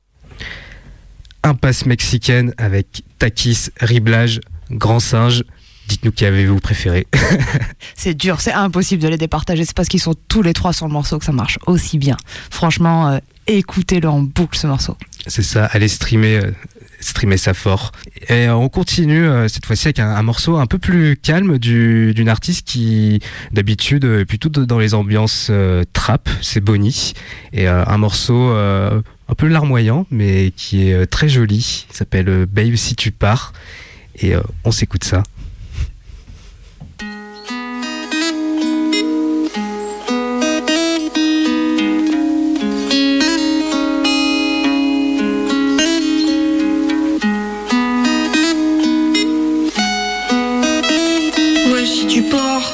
Impasse mexicaine avec Takis, Riblage, Grand Singe. Dites-nous qui avez-vous préféré. C'est dur, c'est impossible de les départager. C'est parce qu'ils sont tous les trois sur le morceau que ça marche aussi bien. Franchement, écoutez-le en boucle ce morceau. C'est ça, allez streamer ça fort. Et on continue cette fois-ci avec un morceau un peu plus calme d'une artiste qui d'habitude est plutôt dans les ambiances trap, c'est Bonnie. Et un morceau un peu larmoyant mais qui est très joli. Il s'appelle Babe si tu pars. Et on s'écoute ça. Tu pars,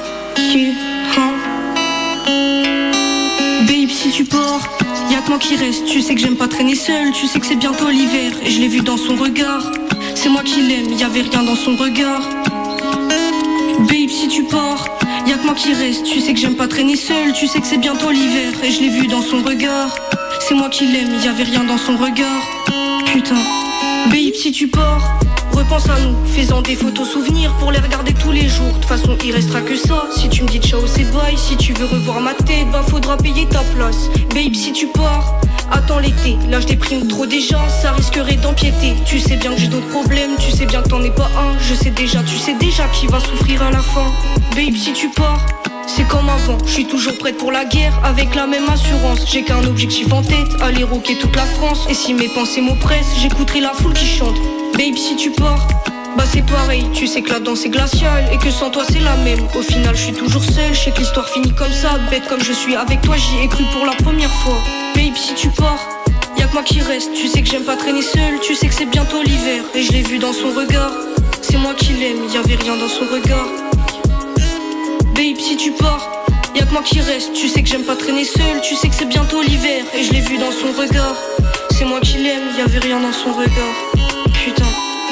Babe si tu pars, y'a que moi qui reste. Tu sais que j'aime pas traîner seul, tu sais que c'est bientôt l'hiver. Et je l'ai vu dans son regard, c'est moi qui l'aime, y'avait rien dans son regard. Babe si tu pars, y'a que moi qui reste. Tu sais que j'aime pas traîner seul, tu sais que c'est bientôt l'hiver. Et je l'ai vu dans son regard, c'est moi qui l'aime, y'avait rien dans son regard. Putain, Babe si tu pars, repense à nous, faisant des photos souvenirs pour les regarder tous les jours. De toute façon il restera que ça. Si tu me dis ciao c'est bye, si tu veux revoir ma tête, bah faudra payer ta place. Babe si tu pars, attends l'été, là je déprime trop déjà, ça risquerait d'empiéter. Tu sais bien que j'ai d'autres problèmes, tu sais bien que t'en es pas un. Je sais déjà, tu sais déjà qui va souffrir à la fin. Babe si tu pars, c'est comme avant, je suis toujours prête pour la guerre, avec la même assurance. J'ai qu'un objectif en tête, aller rocker toute la France. Et si mes pensées m'oppressent, j'écouterai la foule qui chante. Babe si tu pars, bah c'est pareil, tu sais que la danse est glaciale. Et que sans toi c'est la même, au final je suis toujours seule. Je sais que l'histoire finit comme ça, bête comme je suis avec toi. J'y ai cru pour la première fois. Babe si tu pars, y'a que moi qui reste. Tu sais que j'aime pas traîner seule, tu sais que c'est bientôt l'hiver. Et je l'ai vu dans son regard, c'est moi qui l'aime, y'avait rien dans son regard. Babe si tu pars, moi qui reste, tu sais que j'aime pas traîner seul. Tu sais que c'est bientôt l'hiver et je l'ai vu dans son regard. C'est moi qui l'aime, y'avait rien dans son regard. Putain.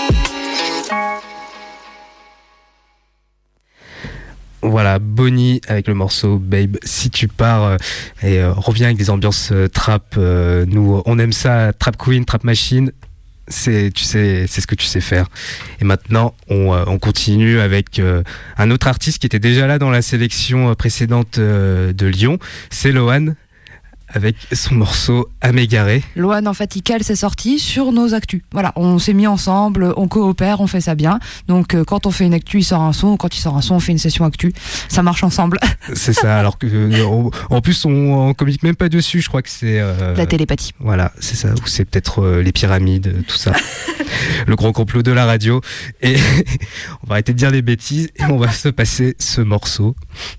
Voilà, Bonnie avec le morceau Babe, si tu pars, et revient avec des ambiances trap. Nous, on aime ça, trap queen, trap machine. C'est ce que tu sais faire. Et maintenant, on continue avec un autre artiste qui était déjà là dans la sélection précédente de Lyon. C'est Lohan avec son morceau À m'égarer. Lohan, en fait, il cale ses sorties sur nos actus. Voilà, on s'est mis ensemble, on coopère, on fait ça bien. Donc, quand on fait une actu, il sort un son. Quand il sort un son, on fait une session actu. Ça marche ensemble. C'est ça, alors que en plus, on communique même pas dessus. Je crois que c'est... la télépathie. Voilà, c'est ça. Ou c'est peut-être les pyramides, tout ça. Le grand complot de la radio. Et on va arrêter de dire des bêtises et on va se passer ce morceau.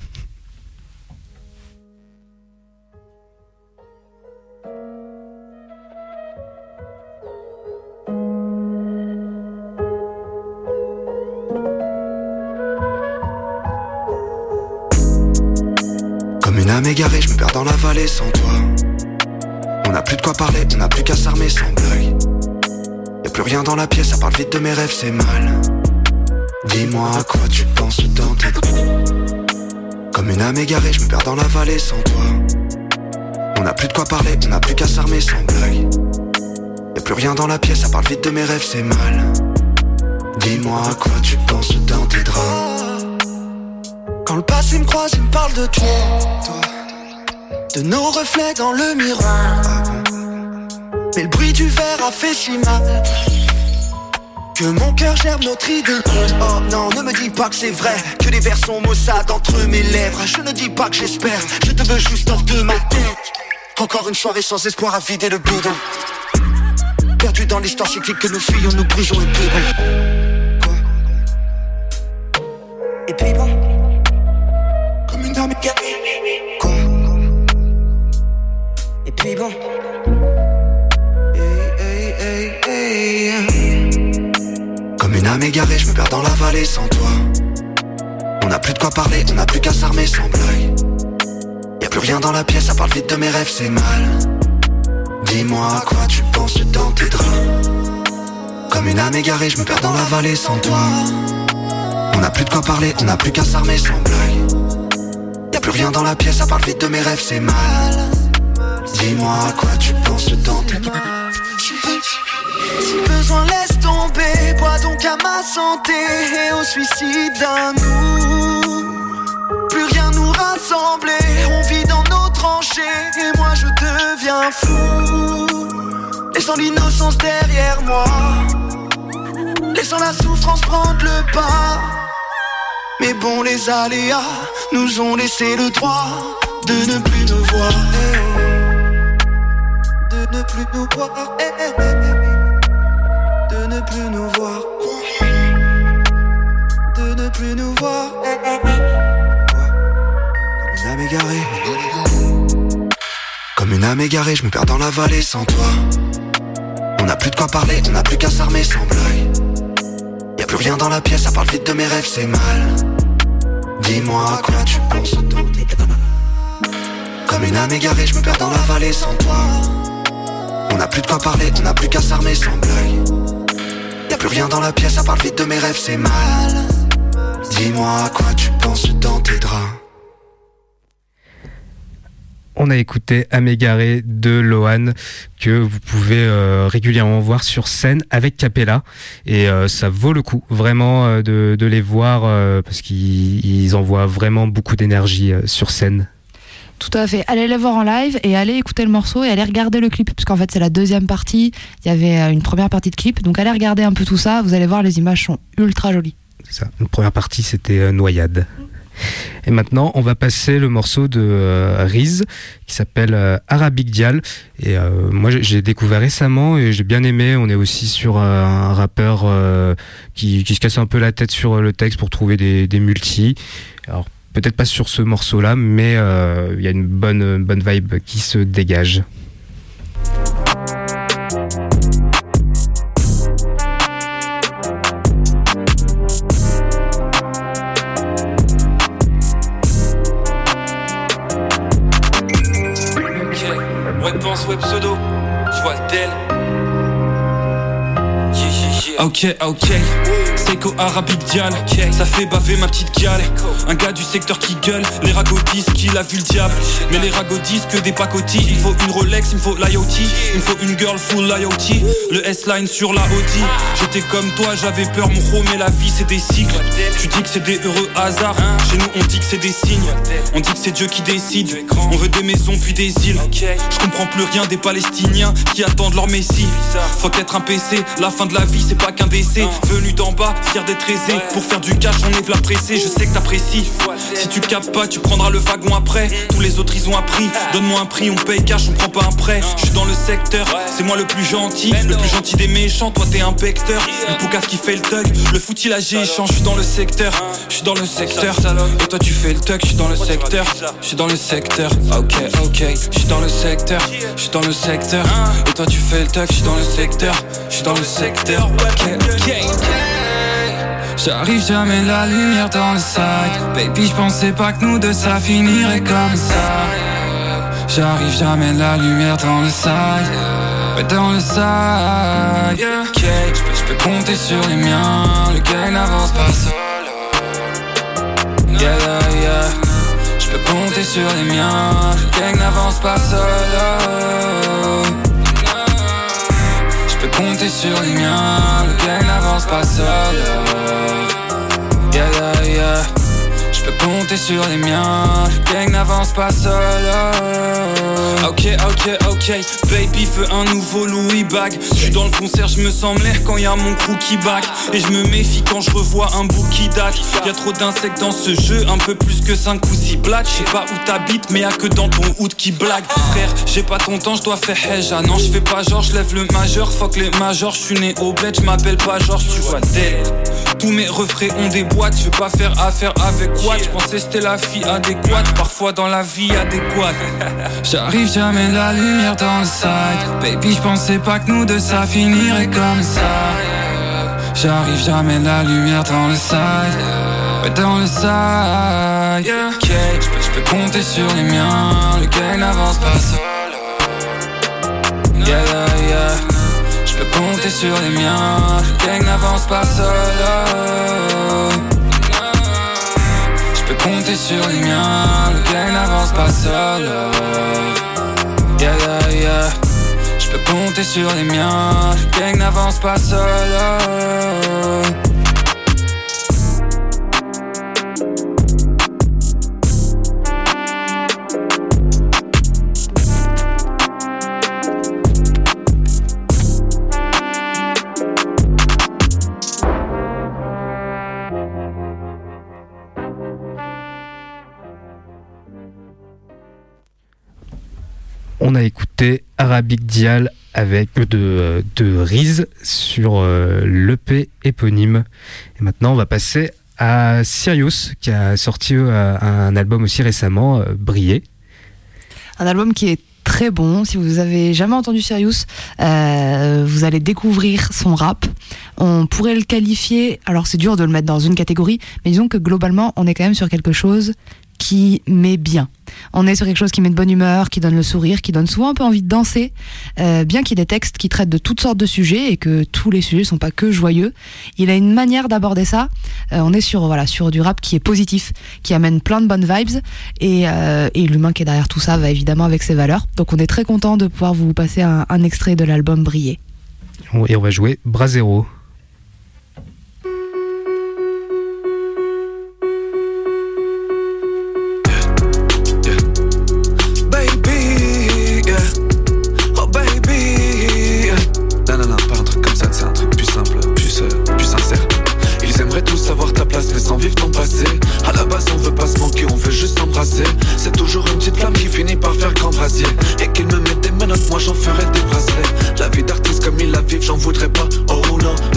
Comme une âme égarée, je me perds dans la vallée sans toi. On n'a plus de quoi parler, on n'a plus qu'à s'armer sans blague. Y'a plus rien dans la pièce, ça parle vite de mes rêves, c'est mal. Dis-moi à quoi tu penses dans tes draps. Comme une âme égarée, je me perds dans la vallée sans toi. On n'a plus de quoi parler, on n'a plus qu'à s'armer sans blague. Y'a plus rien dans la pièce, ça parle vite de mes rêves, c'est mal. Dis-moi à quoi tu penses dans tes draps. Quand le passé me croise, il me parle de toi, de nos reflets dans le miroir. Mais le bruit du verre a fait si mal que mon cœur gerbe notre idée. Oh non, ne me dis pas que c'est vrai, que les vers sont maussades entre mes lèvres. Je ne dis pas que j'espère, je te veux juste hors de ma tête. Encore une soirée sans espoir à vider le bidon. Perdu dans l'histoire cyclique que nous fuyons, nous brûlons et puis bon. Quoi? Et puis bon. Comme une âme égarée. Quoi? Et puis bon. Comme une âme égarée, je me perds dans la vallée sans toi. On n'a plus de quoi parler, on n'a plus qu'à s'armer sans blague. Y'a plus rien dans la pièce, ça parle vite de mes rêves, c'est mal. Dis-moi à quoi tu penses dans tes draps. Comme une âme égarée, je me perds dans la vallée sans toi. On n'a plus de quoi parler, on n'a plus qu'à s'armer sans blague. Y'a plus rien dans la pièce, ça parle vite de mes rêves, c'est mal. Dis-moi à quoi tu penses dans tes draps. Si besoin laisse tomber, bois donc à ma santé et au suicide d'un nous. Plus rien nous rassembler, on vit dans nos tranchées et moi je deviens fou. Laissant l'innocence derrière moi, laissant la souffrance prendre le pas. Mais bon, les aléas nous ont laissé le droit de ne plus nous voir, de ne plus nous voir, de ne plus nous voir, de ne plus nous voir. Comme une âme égarée, comme une âme égarée, je me perds dans la vallée sans toi. On n'a plus de quoi parler, on n'a plus qu'à s'armer sans blague. Y'a plus rien dans la pièce, ça parle vite de mes rêves, c'est mal. Dis-moi à quoi tu penses dans tes draps. Comme une âme égarée, je me perds dans la vallée sans toi. On n'a plus de quoi parler, on n'a plus qu'à s'armer sans blague. Y'a plus rien dans la pièce, ça parle vite de mes rêves, c'est mal. Dis-moi à quoi tu penses dans tes draps. On a écouté À m'égarer de Lohan, que vous pouvez régulièrement voir sur scène avec Capella, et ça vaut le coup vraiment de les voir parce qu'ils envoient vraiment beaucoup d'énergie sur scène. Tout à fait, allez les voir en live et allez écouter le morceau et allez regarder le clip, parce qu'en fait c'est la deuxième partie, il y avait une première partie de clip, donc allez regarder un peu tout ça, vous allez voir, les images sont ultra jolies. C'est ça, une première partie c'était Noyade. Et maintenant, on va passer le morceau de Riz qui s'appelle Arabic Dial. Et moi, j'ai découvert récemment et j'ai bien aimé. On est aussi sur un rappeur qui se casse un peu la tête sur le texte pour trouver des multis. Alors, peut-être pas sur ce morceau-là, mais il y a une bonne vibe qui se dégage. pense, ouais pseudo, je vois le tel. Ok, Seiko Arabic Dial, ça fait baver ma petite gale. Un gars du secteur qui gueule, les ragots disent qu'il a vu le diable. Mais les ragots disent que des pacotis. Il faut une Rolex, il me faut l'IoT. Il me faut une girl full IoT. Le S-Line sur la Audi. J'étais comme toi, j'avais peur mon gros, mais la vie c'est des cycles. Tu dis que c'est des heureux hasards, chez nous on dit que c'est des signes. On dit que c'est Dieu qui décide. On veut des maisons puis des îles. Je comprends plus rien des Palestiniens qui attendent leur messie. Faut être un PC, la fin de la vie c'est pas qu'un décès. Venu d'en bas, fier d'être aisé. Pour faire du cash on est v'là pressé. Je sais que t'apprécies. Si tu captes pas tu prendras le wagon après. Tous les autres ils ont appris. Donne-moi un prix, on paye cash, on prend pas un prêt. Je suis dans le secteur, c'est moi le plus gentil. Le plus gentil des méchants, toi t'es un pecteur. Une poucave qui fait le thug. Le foot il a géchant, je suis dans le secteur. Je suis dans le secteur. Et toi tu fais le thug, je suis dans le secteur. Je suis dans le secteur. Ok, je suis dans le secteur. Je suis dans le secteur. Et toi tu fais le thug, je suis dans le secteur. Je suis dans le secteur. Ok. J'arrive jamais la lumière dans le side. Baby, j'pensais pas que nous deux ça finirait comme ça. J'arrive jamais la lumière dans le side. Ouais, dans le side, yeah. Ok, j'peux compter sur les miens. Le gang n'avance pas solo. Yeah, yeah. J'peux compter sur les miens. Le gang n'avance pas solo. J'peux compter sur les miens. Le gang n'avance pas solo. Yeah, yeah, yeah. J'peux compter sur les miens. Le gang n'avance pas solo. Ok, baby veut un nouveau Louis bag. J'suis dans le concert, j'me sens l'air quand y'a mon crew qui back. Et j'me méfie quand j'revois un bout qui date. Y'a trop d'insectes dans ce jeu, un peu plus que 5 ou 6 blattes. J'sais pas où t'habites, mais y'a que dans ton hood qui blague. Frère, j'ai pas ton temps, j'dois faire Heja. Non, j'fais pas genre, j'lève le majeur. Fuck les majors, j'suis né au bled, j'm'appelle pas Georges, tu vois dead. Tous mes refrains ont des boîtes, j'veux pas faire affaire avec what. J'pensais c'était la fille adéquate, parfois dans la vie adéquate. J'arrive jamais la lumière dans le side. Baby, j'pensais pas que nous deux ça finirait comme ça. J'arrive jamais la lumière dans le side. Ouais, dans le side, yeah. Ok, j'peux compter sur les miens. Le gang n'avance pas solo. Yeah, yeah, yeah. J'peux compter sur les miens. Le gang n'avance pas solo. J'peux compter sur les miens. Le gang n'avance pas solo. Yeah, yeah, yeah. J'peux compter sur les miens. Le gang n'avance pas solo. On a écouté Arabic Dial avec de Riz sur l'EP éponyme. Et maintenant, on va passer à Sirius, qui a sorti un album aussi récemment, Briller. Un album qui est très bon. Si vous avez jamais entendu Sirius, vous allez découvrir son rap. On pourrait le qualifier, alors c'est dur de le mettre dans une catégorie, mais disons que globalement, on est quand même sur quelque chose qui met bien. On est sur quelque chose qui met de bonne humeur, qui donne le sourire, qui donne souvent un peu envie de danser, bien qu'il y ait des textes qui traitent de toutes sortes de sujets et que tous les sujets sont pas que joyeux. Il a une manière d'aborder ça. On est sur du rap qui est positif, qui amène plein de bonnes vibes et l'humain qui est derrière tout ça va évidemment avec ses valeurs. Donc on est très content de pouvoir vous passer un extrait de l'album Briller. Et on va jouer Brasero. C'est toujours une petite flamme qui finit par faire grand brasier. Et qu'il me mette des menottes, moi j'en ferai des bracelets. La vie d'artiste comme ils la vivent, j'en voudrais pas. Oh non,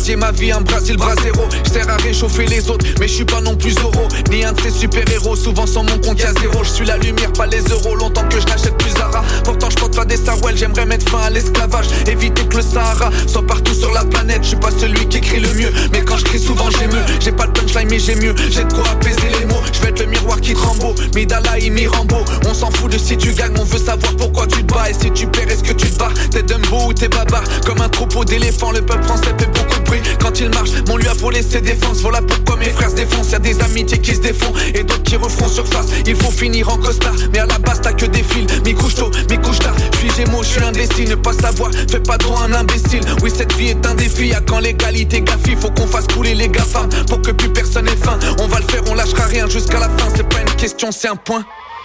changer ma vie, un Brésil brasero. Je sers à réchauffer les autres, mais je suis pas non plus Zoro, ni un de ces super-héros. Souvent sans mon compte y'a zéro. Je suis la lumière, pas les euros. Longtemps que je n'achète plus Zara. Pourtant je porte pas des sarouels. J'aimerais mettre fin à l'esclavage, éviter que le Sahara soit partout sur la planète. Je suis pas celui qui écrit le mieux, mais quand je crie souvent j'émeus. J'ai pas le punchline mais j'ai mieux. J'ai de quoi apaiser les mots. Je vais être le miroir qui te rambo. Midalaï, mi-rambo. On s'en fout de si tu gagnes, on veut savoir pourquoi tu te bats. Et si tu perds, est-ce que tu te barres? T'es Dumbo ou t'es baba? Comme un troupeau d'éléphants, le peuple français fait beaucoup de bruit. Quand il marche, on lui a volé ses défenses. Voilà pourquoi mes frères se défoncent. Y'a des amitiés qui se défont et d'autres qui referont surface. Il faut finir en costard, mais à la base t'as que des fils. Mi couche tôt, mi couche tard. J'suis Gémeaux, j'suis indécis, ne pas savoir fais pas trop un imbécile. Oui, cette vie est un défi, y'a quand l'égalité gaffie. Faut qu'on fasse couler les GAFAM pour que plus personne ait faim. On va le faire, on lâchera rien jusqu'à la fin. C'est pas une question, c'est un point.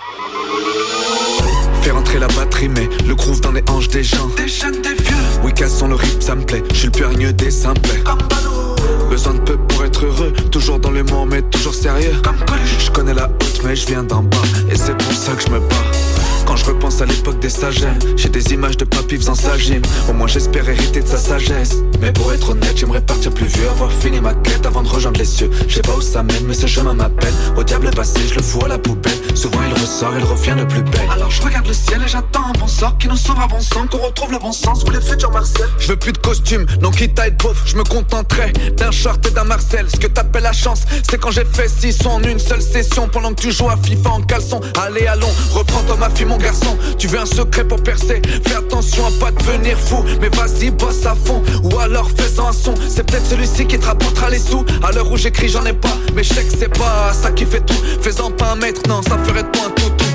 Faire entrer la batterie, mais le groove dans les hanches des gens. Des jeunes, des vieux. Oui, cassons le rythme, ça me plaît. J'suis le plus hargneux des simplets. Besoin de peu pour être heureux. Toujours dans le moment, mais toujours sérieux. Je connais la haute, mais je viens d'en bas. Et c'est pour ça que je me bats. Quand je repense à l'époque des sages, j'ai des images de papy faisant sa gym. Au moins j'espère hériter de sa sagesse. Mais pour être honnête, j'aimerais partir plus vieux, avoir fini ma quête avant de rejoindre les cieux. Je sais pas où ça mène, mais ce chemin m'appelle. Au diable passé, je le fous à la poubelle. Souvent il ressort, il revient de plus belle. Alors je regarde le ciel et j'attends un bon sort qui nous sauve à bon sang, qu'on retrouve le bon sens ou les futurs Marcel. Je veux plus de costume, non quitte à être beauf. Je me contenterai d'un short et d'un Marcel. Ce que t'appelles la chance, c'est quand j'ai fait 6 sons en une seule session. Pendant que tu joues à FIFA en caleçon. Allez allons, reprends-toi ma fille mon garçon. Tu veux un secret pour percer? Fais attention à pas devenir fou. Mais vas-y bosse à fond, ou alors fais-en un son. C'est peut-être celui-ci qui te rapportera les sous. À l'heure où j'écris j'en ai pas, mais je sais que c'est pas ça qui fait tout. Fais-en pas un maître, non ça ferait de toi un toutou.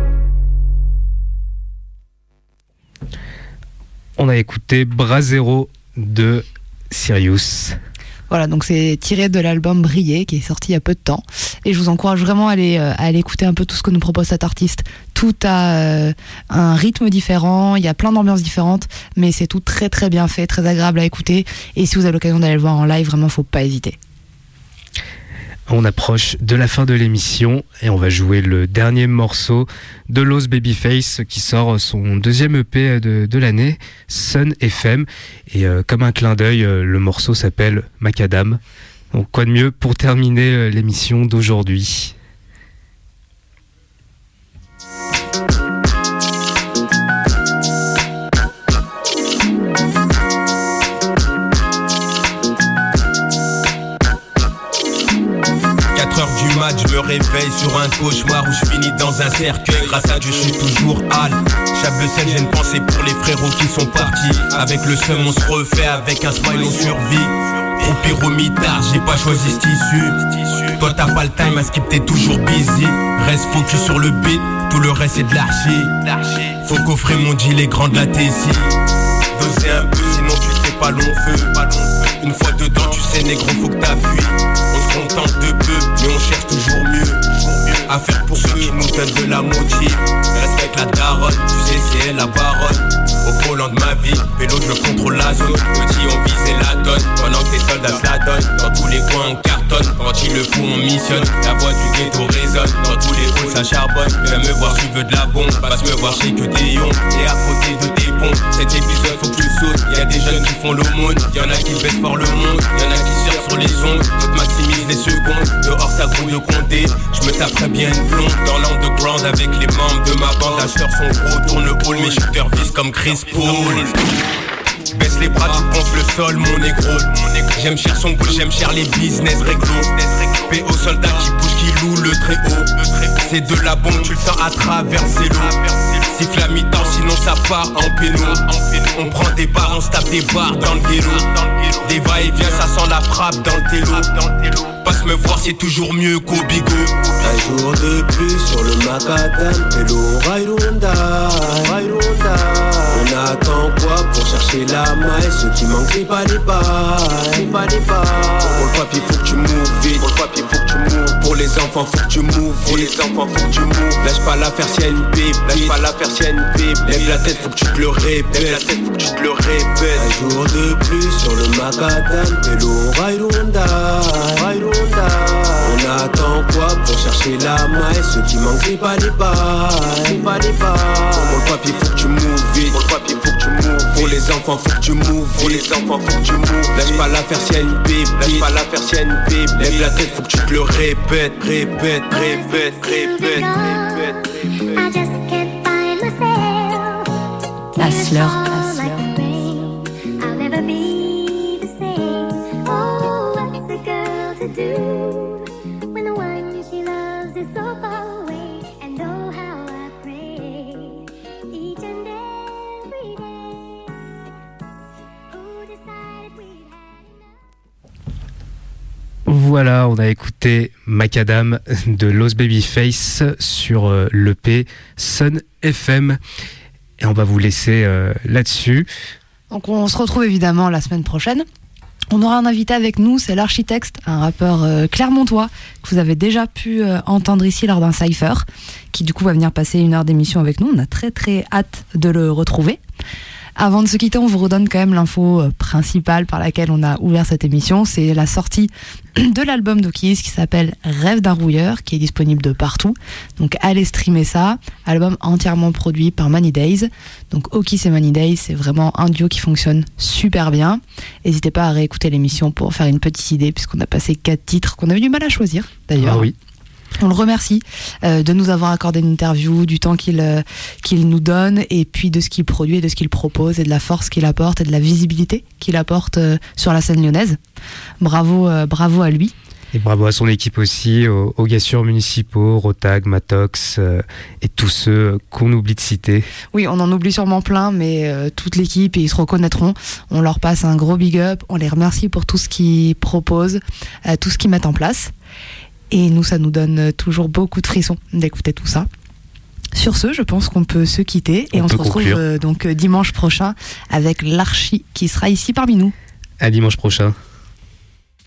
On a écouté Brasero de Sirius. Voilà, donc c'est tiré de l'album Briller qui est sorti il y a peu de temps. Et je vous encourage vraiment à aller écouter un peu tout ce que nous propose cet artiste. Tout a un rythme différent, il y a plein d'ambiances différentes, mais c'est tout très très bien fait, très agréable à écouter. Et si vous avez l'occasion d'aller le voir en live, vraiment faut pas hésiter. On approche de la fin de l'émission et on va jouer le dernier morceau de Lost Babyface qui sort son deuxième EP de l'année, Sun FM. Et comme un clin d'œil, le morceau s'appelle Macadam. Donc quoi de mieux pour terminer l'émission d'aujourd'hui. 4 heures du mat, je me réveille sur un cauchemar où je finis dans un cercueil. Grâce à Dieu, je suis toujours hal. Chaque de celle, j'ai une pensée pour les frérots qui sont partis. Avec le seum, on se refait, avec un smile, on survit. Au pire au mitard, j'ai pas choisi ce tissu. Toi t'as pas le time, à skip t'es toujours busy. Reste focus sur le beat, tout le reste c'est de l'archi. Faut coffrer mon deal, les grands de la Tessie. Doser un peu, sinon tu fais pas long feu. Une fois dedans, tu sais négro, faut que t'appuies. On se contente de peu, mais on cherche toujours mieux. À faire pour ceux qui nous donnent de la motive. Respecte la daronne, tu sais c'est elle la baronne. Au volant de ma vie, vélo je contrôle la zone. Petit on visait la donne, pendant que tes soldats se la donnent. Dans tous les coins on cartonne, quand il le faut on missionne. La voix du ghetto résonne, dans tous les halls ça charbonne. Viens me voir, tu veux de la bombe, passe me voir chez que des yons. T'es à côté de tes pompes, cet épisode faut que tu sautes. Y'a des jeunes qui font l'aumône, y'en a qui baissent fort le monde. Y'en a qui surfent sur les ondes, d'autres maximisent les secondes. Dehors ça grouille de Condé, je me taperais bien une blonde. Dans l'underground avec les membres de ma bande. Acheteurs sont gros, tourne le hall, mes shooters visent comme Chris Paul. Baisse les bras, tu gonfles le sol, mon négro. J'aime cher son goût, j'aime cher les business réglo. Paix aux soldats qui bougent, qui louent le très haut. C'est de la bombe, tu le sens à travers ses lots. Siffle à mi-temps, sinon ça part en péno. On prend des barres, on se tape des barres dans le ghetto. Des va-et-vient, ça sent la frappe dans le télo. Passe me voir, c'est toujours mieux qu'au bigot. Un jour de plus sur le macadam, pélo, ride or die. On attend quoi pour chercher la maille? Ceux qui manquent, c'est pas les bails. Pour le papier, faut que tu moves vite. Pour les enfants, faut que tu moves vite. Lâche pas l'affaire s'il y a une pipe. Lève la tête, faut que tu te le répètes. Un jour de plus sur le macadam, pélo, ride or die. On attend quoi pour chercher la maille? Ceux qui manquent, c'est pas les bails. Pour le papier, faut que tu moves vite. Pour les enfants faut que tu mouves. Pour les enfants faut que tu mouves. Lâche pas l'affaire s'il y a une pipe. Lâche pas l'affaire s'il y a une pipe. Lève la tête, faut que tu te le répètes. Répète, répète, répète, répète. I just can't find myself. Hassler. I'll never be the same. Oh, what's a girl to do when the one she loves is so far away? And oh, how I pray each and every day. Who decided we'd had enough? Voilà, on a écouté Macadam de Los Babyface sur l'EP Sun FM. Et on va vous laisser là-dessus. Donc on se retrouve évidemment la semaine prochaine. On aura un invité avec nous, c'est l'Architexte, un rappeur clermontois que vous avez déjà pu entendre ici lors d'un cypher, qui du coup va venir passer 1 heure d'émission avec nous. On a très très hâte de le retrouver. Avant de se quitter, on vous redonne quand même l'info principale par laquelle on a ouvert cette émission. C'est la sortie de l'album d'Okis qui s'appelle Rêve d'un rouilleur, qui est disponible de partout. Donc allez streamer ça. Album entièrement produit par Many Days. Donc Okis et Many Days, c'est vraiment un duo qui fonctionne super bien. N'hésitez pas à réécouter l'émission pour faire une petite idée, puisqu'on a passé 4 titres qu'on avait du mal à choisir d'ailleurs. Ah oui. On le remercie de nous avoir accordé une interview, du temps qu'il nous donne, et puis de ce qu'il produit et de ce qu'il propose, et de la force qu'il apporte et de la visibilité qu'il apporte sur la scène lyonnaise. Bravo à lui. Et bravo à son équipe aussi, aux gassures municipaux, Rotag, Matox et tous ceux qu'on oublie de citer. Oui, on en oublie sûrement plein, mais toute l'équipe, et ils se reconnaîtront. On leur passe un gros big up, on les remercie pour tout ce qu'ils proposent, tout ce qu'ils mettent en place. Et nous, ça nous donne toujours beaucoup de frissons d'écouter tout ça. Sur ce, je pense qu'on peut se quitter et on se retrouve donc dimanche prochain avec l'Archi qui sera ici parmi nous. À dimanche prochain.